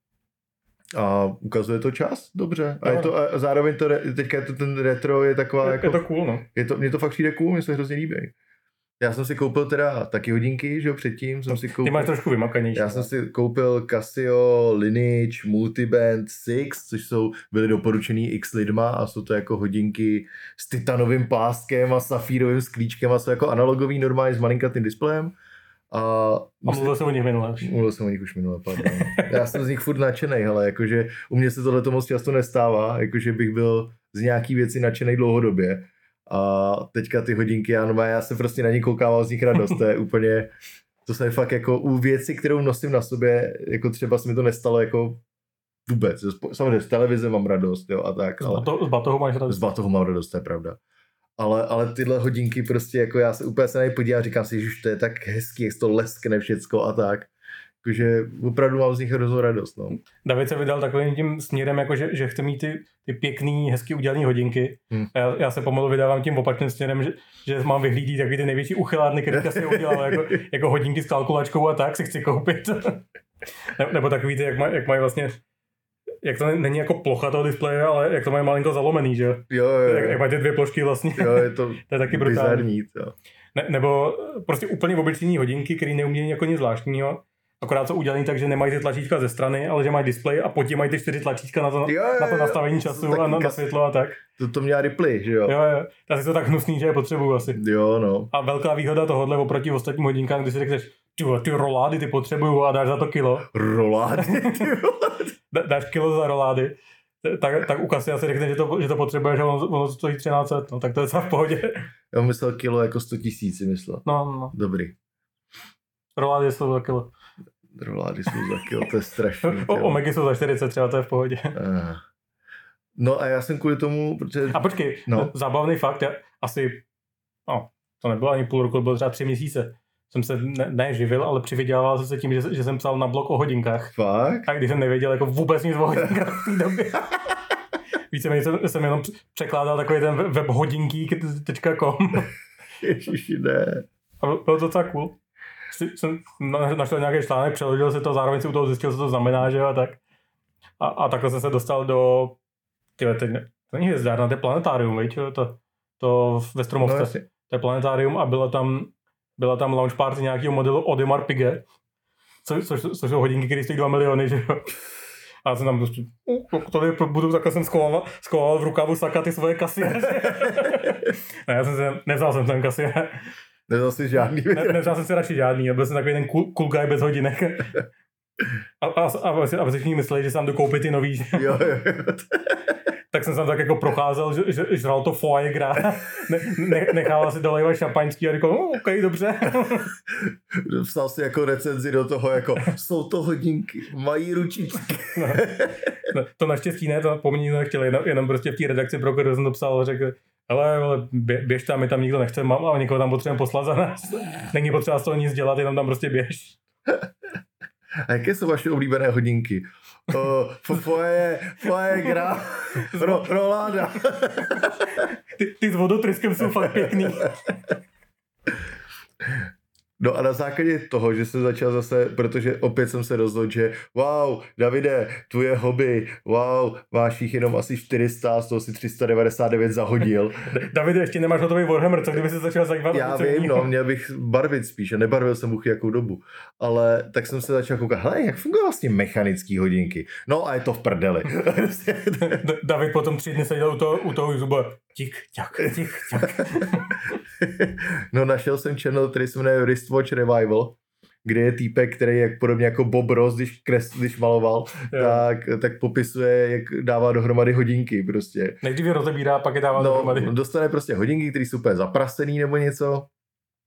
a ukazuje to čas dobře. A zároveň teďka je to ten retro je taková jako... Je to cool, no. Mně to fakt přijde cool, mně se hrozně líbí. Já jsem si koupil teda taky hodinky, že jo, předtím jsem si koupil... Ty máš trošku vymakanější. Já jsem si koupil Casio Lineage Multiband 6, byly doporučený x lidma a jsou to jako hodinky s titanovým páskem a safírovým sklíčkem a jsou jako analogový normálně s malinkatým displejem. A mluvil jsem o nich minule. Mluvil jsem o nich už minule, pardon. Já jsem z nich furt nadšenej, ale jakože u mě se tohle moc často nestává, jakože bych byl z nějaký věci nadšenej dlouhodobě. A teďka ty hodinky, já se prostě na ně koukám z nich radost, to je úplně, to se fakt jako u věci, kterou nosím na sobě, jako třeba se mi to nestalo jako vůbec, samozřejmě z televize mám radost, jo, a tak. Z batohu máš radost. Z batohu mám radost, to je pravda. Ale tyhle hodinky prostě, jako já se úplně se na ně podívám, říkám si, že to je tak hezký, jak to leskne všecko a tak. Jakože opravdu mám z nich hroznou radost, no. David se vydal takovým tím směrem, jako že chce mít ty pěkný, hezky udělané hodinky. Já se pomalu vydávám tím opačným směrem, že mám vyhlídí takový ty největší uchylárny, který si udělal, jako hodinky s kalkulačkou a tak si chci koupit. Nebo takový ty, jak mají vlastně, jak to není jako plocha toho displeje, ale jak to mají malinko zalomený, že jo. Jak mají ty dvě plošky vlastně. Jo, je to, to je taky brutální. Jo. Nebo prostě úplně obyčejný hodinky, který neumějí jako nic zvláštního. Akorát jsou udělaný tak, že nemají ty tlačítka ze strany, ale že mají displej a pod tím mají ty 4 tlačítka na to nastavení času a na světlo a tak. To měla Ripley, že jo? Jo. To je tak hnusný, že je potřebuju asi. Jo, no. A velká výhoda tohohle oproti ostatním hodinkám, když si řekneš, ty rolády ty potřebuju a dáš za to kilo. Rolády? Dáš kilo za rolády. Tak u Casia si řekne, že to potřebuješ a ono stojí 1300, no tak to je v pohodě. Já myslel kilo jako 100 000, myslel. No. Dobrý. Rolády jsou za kilo. Rolády jsou za kilo, to je strašný. Omegy jsou za 40 třeba, to je v pohodě. No a já jsem kvůli tomu, protože... A počkej, zábavný fakt, to nebylo ani půl roku, to bylo třeba 3 měsíce. Jsem se neživil, ale přivydělával jsem se tím, že jsem psal na blog o hodinkách. Fakt? A když jsem nevěděl jako vůbec nic o hodinkách v té době. Víceméně jsem jenom překládal takový ten web hodinky.com. Ježiši, ne. A bylo to docela cool. Jsem našel nějaký článek, přeložil si to, zároveň si u toho zjistil, co to znamená, že jo, a tak. A takhle jsem se dostal do... to není hvězdárna, to je planetárium, víš, to ve Stromovce. To je planetárium a byla tam launch party nějakého modelu Audemars Piguet, což jsou hodinky, které stojí 2 miliony, že jo. A já jsem tam prostě, tady budu, takhle jsem schoval v rukávu Saka ty svoje Casio. Ne, nevzal jsem ten Casio. Nevzal jsi žádný? Nevzal jsem si radši žádný, byl jsem takový ten cool guy bez hodinek. A všichni mysleli, že jsem jdu koupit ty nový. Jo. Tak jsem tam tak jako procházel, že žral to foie gras, nechával si dolejvat šampaňský a říkal, OK, dobře. Vstal si jako recenzi do toho, jako jsou to hodinky, mají ručičky. No, to naštěstí ne, to po mně nechtěli, jenom prostě v té redakci, pro kterou jsem to psal, řekl, ale běž tam, my tam nikdo nechce, a někoho tam potřebujeme poslat za nás. Není potřeba z toho nic dělat, jenom tam prostě běž. A jaké jsou vaše oblíbené hodinky? Foie gras, roláda. Ty s vodotryskem jsou fakt pěkný. No a na základě toho, že jsem začal zase, protože opět jsem se rozhodl, že wow, Davide, tvoje hobby, wow, máš jich jenom asi 400, z toho si 399 zahodil. Davide, ještě nemáš hotový Warhammer, co kdyby se začal zajímat? Já vím, no, měl bych barvit spíš a nebarvil jsem už jakou dobu. Ale tak jsem se začal koukat, hele, jak fungují vlastně mechanický hodinky? No a je to v prdeli. David potom 3 dny seděl u toho YouTube. Tik, tak. No našel jsem channel, který se jmenuje Wristwatch Revival, kde je týpek, který jak podobně jako Bob Ross, když maloval, tak popisuje, jak dává dohromady hodinky prostě. Nejdřív je rozebírá, pak je dává dohromady. Dostane prostě hodinky, které jsou úplně zaprasený nebo něco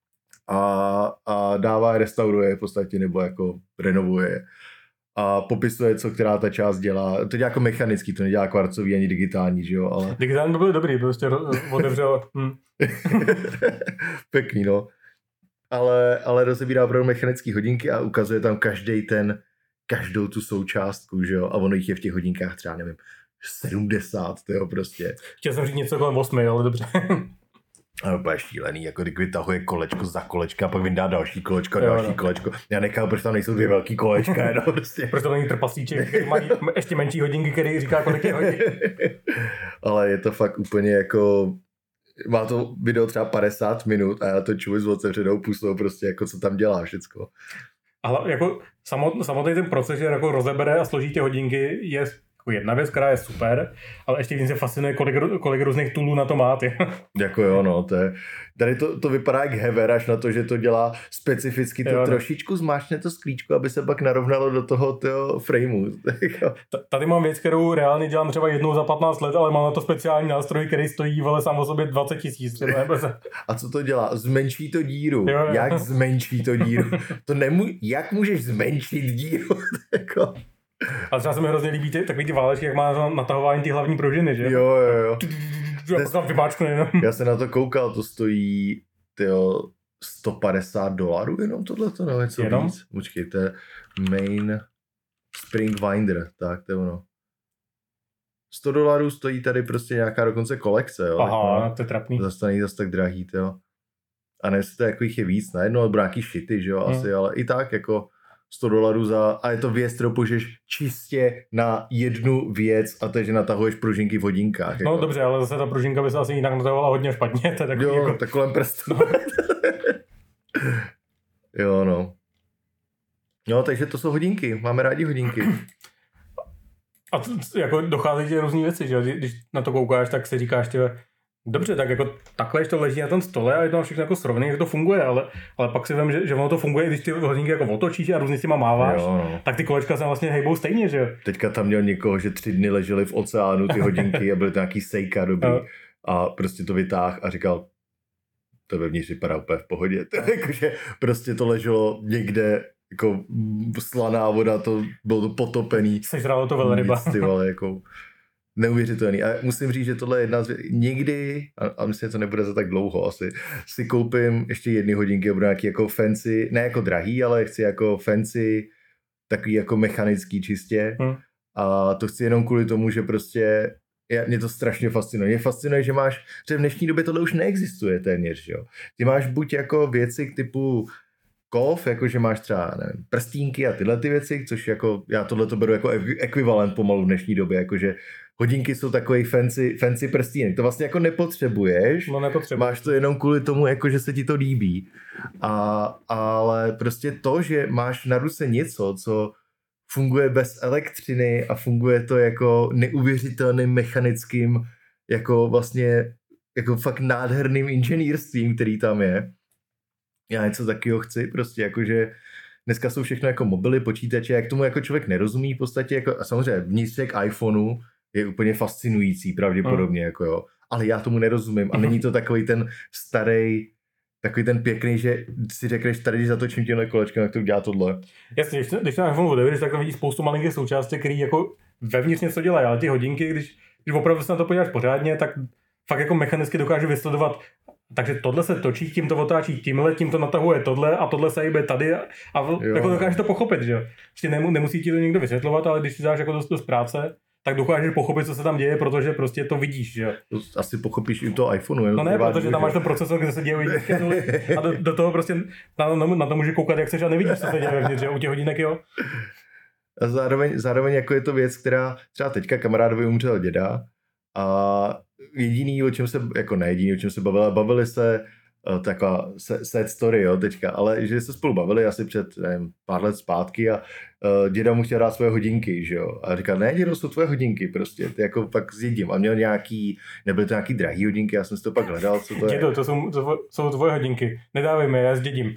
a dává, restauruje v podstatě, nebo jako renovuje a popisuje, co která ta část dělá. To dělá jako mechanický, to nedělá kvarcový ani digitální, že jo, ale... Digitální by byly dobrý, prostě otevřel. Pěkný, no. Ale rozebírá opravdu mechanické hodinky a ukazuje tam každou tu součástku, že jo, a ono jich je v těch hodinkách třeba, nevím, 70, tyjo, prostě. Chtěl jsem říct něco kolem 8, ale dobře. A úplně šílený, jako když vytahuje kolečko za kolečka, a pak vyndá další kolečko, další kolečko. Já nechápu, proč tam nejsou 2 velký kolečka, no prostě. Proč tam není trpaslíček, který má ještě menší hodinky, který říká, kolik je hodin. Ale je to fakt úplně jako... Má to video třeba 50 minut a já to čuji s otevřenou pusou, prostě jako co tam dělá všecko. Ale jako samotný ten proces, že jako rozebere a složí ty hodinky, je jako jedna věc, která je super, ale ještě víc se fascinuje, kolik různých toolů na to má, ty. Jako jo, no, tady to vypadá jak hever, až na to, že to dělá specificky, to jo, trošičku zmáčne to sklíčko, aby se pak narovnalo do toho frameu. Tady mám věc, kterou reálně dělám třeba jednou za 15 let, ale mám na to speciální nástroj, který stojí sám o sobě 20 000. A co to dělá? Zmenší to díru. Jo. Jak zmenší to díru? Jak můžeš zmenšit díru? Ale třeba se mi hrozně líbí takový ty válečky, jak má natahování ty hlavní pružiny, že? Jo. Já jsem na to koukal, to stojí $150 jenom tohleto, no něco jenom? Víc. Počkej, to je Main Spring Winder, tak to je ono. $100 stojí tady prostě nějaká dokonce kolekce, jo. Aha, to je trapný. Zase není zase tak drahý, jo. A ne, jestli to takových je víc, najednou, nebo nějaký šity, že jo, asi, ale i tak jako $100 a je to věc, kterou použiješ čistě na jednu věc a to je, že natahuješ pružinky v hodinkách. No dobře, ale zase ta pružinka by se asi jinak natahovala hodně špatně. To je takový jo, jako... tak kolem prstu. No. Jo, no. No, takže to jsou hodinky, máme rádi hodinky. A jako dochází ti různý věci, že když na to koukáš, tak si říkáš, dobře, tak jako takhle, to leží na tom stole a je to všechno jako srovnané, jak to funguje, ale pak si vím, že ono to funguje, když ty hodinky jako otočíš a různě s těma máváš, tak ty kolečka se vlastně hejbou stejně, že jo. Teďka tam měl někoho, že 3 dny ležely v oceánu ty hodinky a byly to nějaký Seika dobrý a prostě to vytáhl a říkal, to vevnitř vypadá úplně v pohodě, jakože prostě to leželo někde jako slaná voda, to bylo to potopený. Sežralo to velryba. Jako neuvěřitelný. A musím říct, že tohle je jedna z někdy, a myslím, že to nebude za tak dlouho asi, si koupím ještě jedny hodinky a budu nějaký jako fancy, ne jako drahý, ale chci jako fancy, takový jako mechanický čistě. A to chci jenom kvůli tomu, že prostě mě to strašně fascinuje. Mě fascinuje, že máš, že v dnešní době tohle už neexistuje téměř, jo. Ty máš buď jako věci k typu kov, jakože máš třeba, nevím, prstínky a tyhle ty věci, což jako, já tohle to beru jako ekvivalent pomalu v dnešní době, jakože hodinky jsou takový fancy prstínek. To vlastně jako nepotřebuješ. No nepotřebuješ. Máš to jenom kvůli tomu, jako, že se ti to líbí. Ale prostě to, že máš na ruce něco, co funguje bez elektřiny a funguje to jako neuvěřitelným mechanickým, jako vlastně jako fakt nádherným inženýrstvím, který tam je. Já něco takového chci, prostě jakože dneska jsou všechno jako mobily, počítače, jak tomu jako člověk nerozumí v podstatě, jako, a samozřejmě vnitřek iPhoneu je úplně fascinující pravděpodobně, jako jo, ale já tomu nerozumím a není to takový ten starý, takový ten pěkný, že si řekneš, tady když zatočím těmhle kolečkem, tak to udělá tohle. Jasně, když na iPhoneu otevřeš, tak tam vidíš spoustu malinkých součástí, které jako vevnitř něco dělají, ale ty hodinky, když opravdu se na to podíváš pořádně, tak fakt jako mechanicky dokáže vysledovat. Takže tohle se točí, tím to otáčí, tím to natahuje tohle a tohle se jde tady a jako dokážeš to pochopit, že jo. Nemusí ti to někdo vysvětlovat, ale když si dáš jako dost práce, tak dokážeš pochopit, co se tam děje, protože prostě to vidíš, že jo. Asi pochopíš i u toho iPhoneu. No ne, protože tam máš ten procesor, kde se dějí a do toho prostě na to může koukat, jak chceš a nevidíš, co se děje vevnitř, že jo, u těch hodinek, jo. A zároveň jako je to věc, která třeba teďka kamarádovi umřel děda a jediný, o čem se bavili se taková sad story, jo, teďka, ale že se spolu bavili asi před pár let zpátky a děda mu chtěl dát svoje hodinky, že jo, a říkal, ne, dědo, jsou tvoje hodinky, prostě, ty jako pak zjedím a měl nebyly to nějaký drahý hodinky, já jsem si to pak hledal, co to dědo, je. to jsou tvoje hodinky, nedávej mi, já zdědím.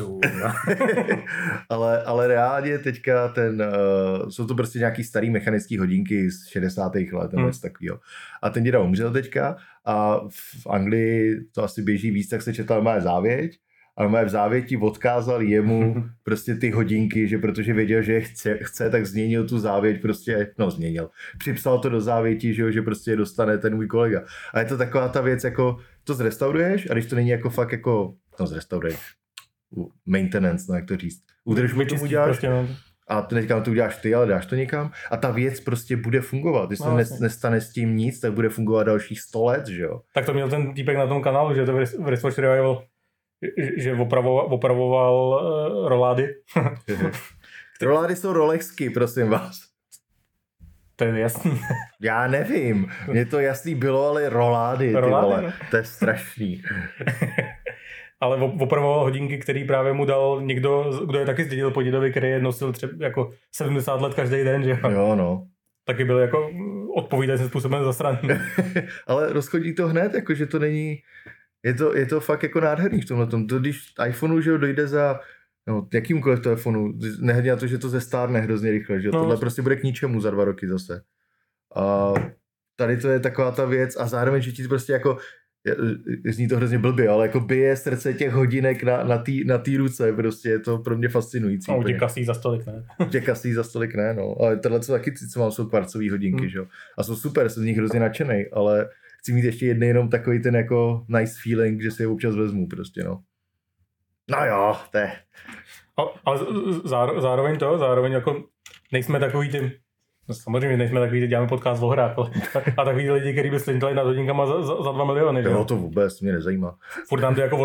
ale reálně teďka jsou to prostě nějaký starý mechanický hodinky z 60. let, nebo něco takového. A ten děda umřel teďka a v Anglii to asi běží víc, tak se četla má závěť ale v závěti odkázal jemu prostě ty hodinky, že protože věděl, že je chce, tak změnil tu závěť prostě, připsal to do závěti, že prostě je dostane ten můj kolega. A je to taková ta věc, jako to zrestauruješ a když to není jako fakt jako, zrestauruješ, maintenance, jak to říct, údržbu tomu uděláš. Prostě, a teďka to uděláš ty, ale dáš to někam a ta věc prostě bude fungovat. Když se nestane s tím nic, tak bude fungovat dalších 100 let, že jo? Tak to měl ten týpek na tom kanálu, že to v Wristwatch Revival, že opravoval rolády. Rolády jsou Rolexky, prosím vás. To je jasný. Já nevím, mně to jasný bylo, ale rolády, ty vole, no. To je strašný. Ale opravoval hodinky, který právě mu dal někdo, kdo je taky zdědil po dědovi, který je nosil třeba jako 70 let každý den, že jo? No. Taky byl jako odpovídajícím způsobem zasraný. Ale rozchodí to hned, jako že to není, je to fakt jako nádherný v tomhletom. To když iPhoneu, že dojde za jakýmkoliv telefonu, nehledě na to, že to zestárne hrozně rychle, že tohle prostě bude k ničemu za 2 roky zase. A tady to je taková ta věc a zároveň, že ti prostě jako zní to hrozně blbě, ale jako bije srdce těch hodinek na té ruce, prostě je to pro mě fascinující. A u těch kasí za stolik ne. U těch kasí za stolik ne, no. Ale tohle co taky, co mám, jsou kvarcový hodinky, že jo. A jsou super, jsem z nich hrozně nadšenej, ale chci mít ještě jedný jenom takový ten jako nice feeling, že si je občas vezmu prostě, no. No jo, to je. Ale zároveň jako nejsme takový ty. No samozřejmě nejsme takový, že děláme podcast o hrách, ale a takový lidi, kteří by slintali nad hodinkama za 2 miliony. Jo, to vůbec mě nezajímá. Furt nám to jako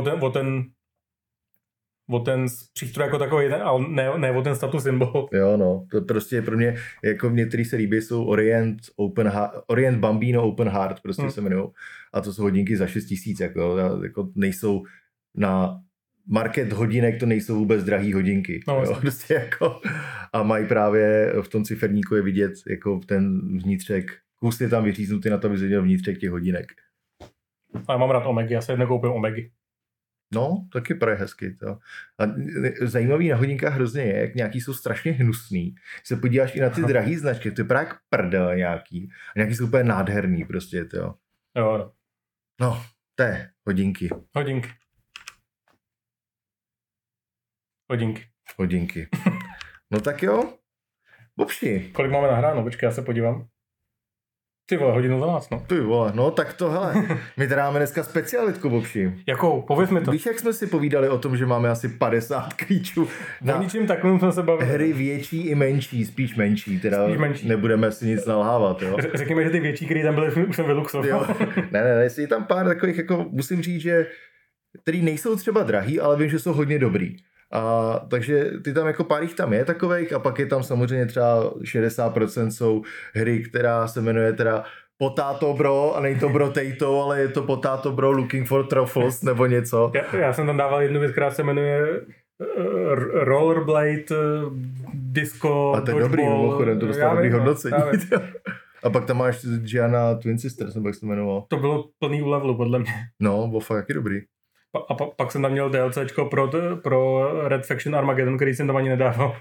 o ten přístroj jako takový, ale ne o ten status symbol. Jo, no, to prostě pro mě, jako mě, který se líbí, jsou Orient Bambino Open Heart, prostě se jmenujou. A to jsou hodinky za 6 000, jako nejsou na market hodinek, to nejsou vůbec drahý hodinky. No, jo, prostě jako, a mají právě v tom ciferníku je vidět jako ten vnitřek, kus je tam vyříznutý na to, aby viděl vnitřek těch hodinek. A já mám rád Omegy, já se jednou koupím Omegy. No, taky pro hezky. To. A zajímavý na hodinkách hrozně je, jak nějaký jsou strašně hnusný. Když se podíváš i na ty drahý značky, to je právě jak prdel nějaký. A nějaký jsou úplně nádherný prostě, to. Jo, no. No, to je hodinky. Hodinky. No tak jo. Bobši. Kolik máme nahráno? Počkej, já se podívám. Ty vole, 1:12, no. Ty vole, no tak to hele. My tady máme dneska specialitku, Bobši. Jakou? Pověz mi to. Víš, jak jsme si povídali o tom, že máme asi 50 klíčů na ničím takovým jsme se bavili. Hry větší i menší, spíš menší, teda nebudeme si nic nalhávat, jo. Řekněme, že ty větší, které tam byly, už jsem vyluxoval. Ne, je tam pár takových, jako musím říct, že který nejsou třeba drahý, ale vím, že jsou hodně dobrý. A takže ty tam jako pár jich tam je takovejch a pak je tam samozřejmě třeba 60% jsou hry, která se jmenuje teda Potato Bro a není to Bro Tato, ale je to Potato Bro Looking for Truffles nebo něco. Já jsem tam dával jednu věc, která se jmenuje Rollerblade Disco. A to je dobrý, mimochodem, to dostalo dobrý hodnocení. A pak tam máš Gianna Twin Sisters, nebo jak se to jmenovalo. To bylo plný u levelu, podle mě. No, bylo fakt taky dobrý. A pak jsem tam měl DLCčko pro Red Faction Armageddon, který jsem tam ani nedával.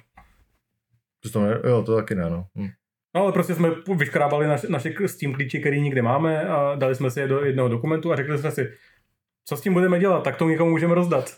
Jo, to taky ne, no. No ale prostě jsme vyškrábali naše Steam klíče, který nikdy máme a dali jsme si je do jednoho dokumentu a řekli jsme si, co s tím budeme dělat, tak to někomu můžeme rozdat.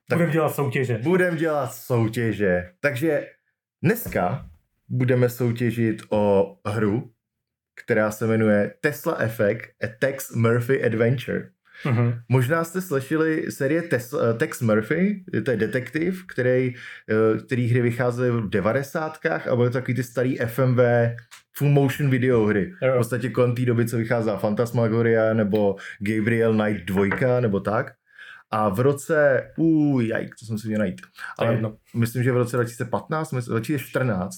Budeme dělat soutěže. Takže dneska budeme soutěžit o hru, která se jmenuje Tesla Effect A Tex Murphy Adventure. Mm-hmm. Možná jste slyšeli série Tex Murphy, to je detektiv, který hry vycházely v 90kách a byly takový ty starý FMV full motion video hry. V podstatě kolem té doby, co vycházela Phantasmagoria nebo Gabriel Knight 2 nebo tak. A v roce, to jsem si měl najít, ale myslím, že v roce 2015, 2014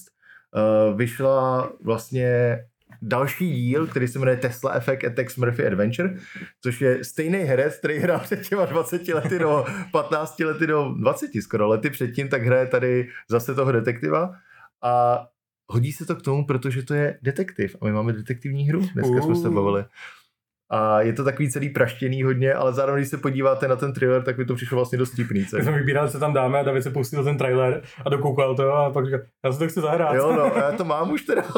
vyšla vlastně další díl, který se jmenuje Tesla Effect A Tex Murphy Adventure, což je stejný herec, který hrál před těma 20 lety do 15 lety do 20 skoro lety předtím, tak hraje tady zase toho detektiva a hodí se to k tomu, protože to je detektiv a my máme detektivní hru, dneska jsme se bavili. A je to takový celý praštěný hodně, ale zároveň, když se podíváte na ten trailer, tak mi to přišlo vlastně dost vtipný. Já jsem vybíral, co tam dáme a David se pustil ten trailer a dokoukal to a pak říkal, já se to chci zahrát. Jo, no, já to mám už teda,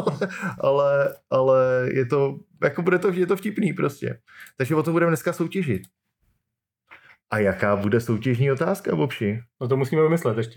ale je to, jako je to vtipný prostě. Takže o tom budeme dneska soutěžit. A jaká bude soutěžní otázka, Bobši? No to musíme vymyslet ještě.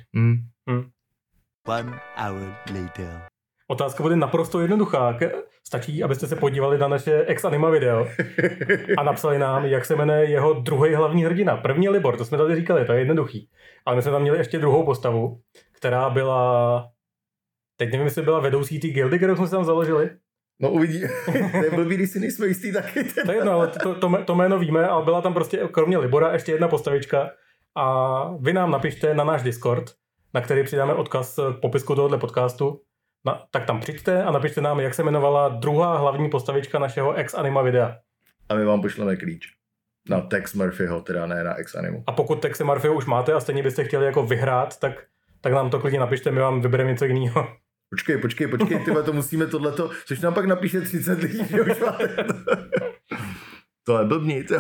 1 hour later. Otázka bude naprosto jednoduchá. Stačí, abyste se podívali na naše ex-anima video a napsali nám, jak se jmenuje jeho druhý hlavní hrdina. První je Libor, to jsme tady říkali, to je jednoduchý. Ale my jsme tam měli ještě druhou postavu, která byla... Teď nevím, jestli byla vedoucí té gildy, kterou jsme se tam založili. No uvidí. To je blbý, když si nejsme jistý taky. To je jedno, ale to jméno víme, ale byla tam prostě kromě Libora ještě jedna postavička a vy nám napište na náš Discord, na který přidáme odkaz k popisku tohoto podcastu, tak tam přijďte a napište nám, jak se jmenovala druhá hlavní postavička našeho ex-anima videa. A my vám pošleme klíč. Na Tex Murphyho, teda ne na ex-animu. A pokud Texe Murphyho už máte a stejně byste chtěli jako vyhrát, tak nám to klidně napište, my vám vybereme něco jiného. Počkej, tyhle, to musíme tohleto, což nám pak napíše 30 lidí, že už máte to. To je blbní, to.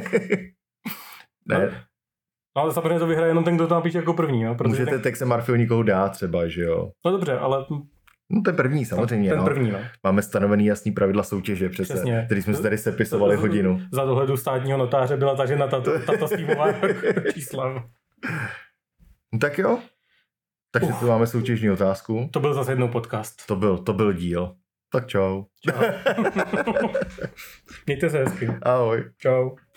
Ne. No, ale samozřejmě to vyhraje jenom ten, kdo to napíše jako první. No, můžete Texe Murphyho nikoho dát třeba, že jo? No dobře, ale... No ten první samozřejmě, ten první, no. Máme stanovený jasný pravidla soutěže přece, který jsme si tady sepisovali hodinu. Za dohledu státního notáře byla tažena tato snímová čísla. No tak jo. Takže tu máme soutěžní otázku. To byl zase jednou podcast. To byl díl. Tak čau. Čau. Mějte se hezky. Ahoj. Čau.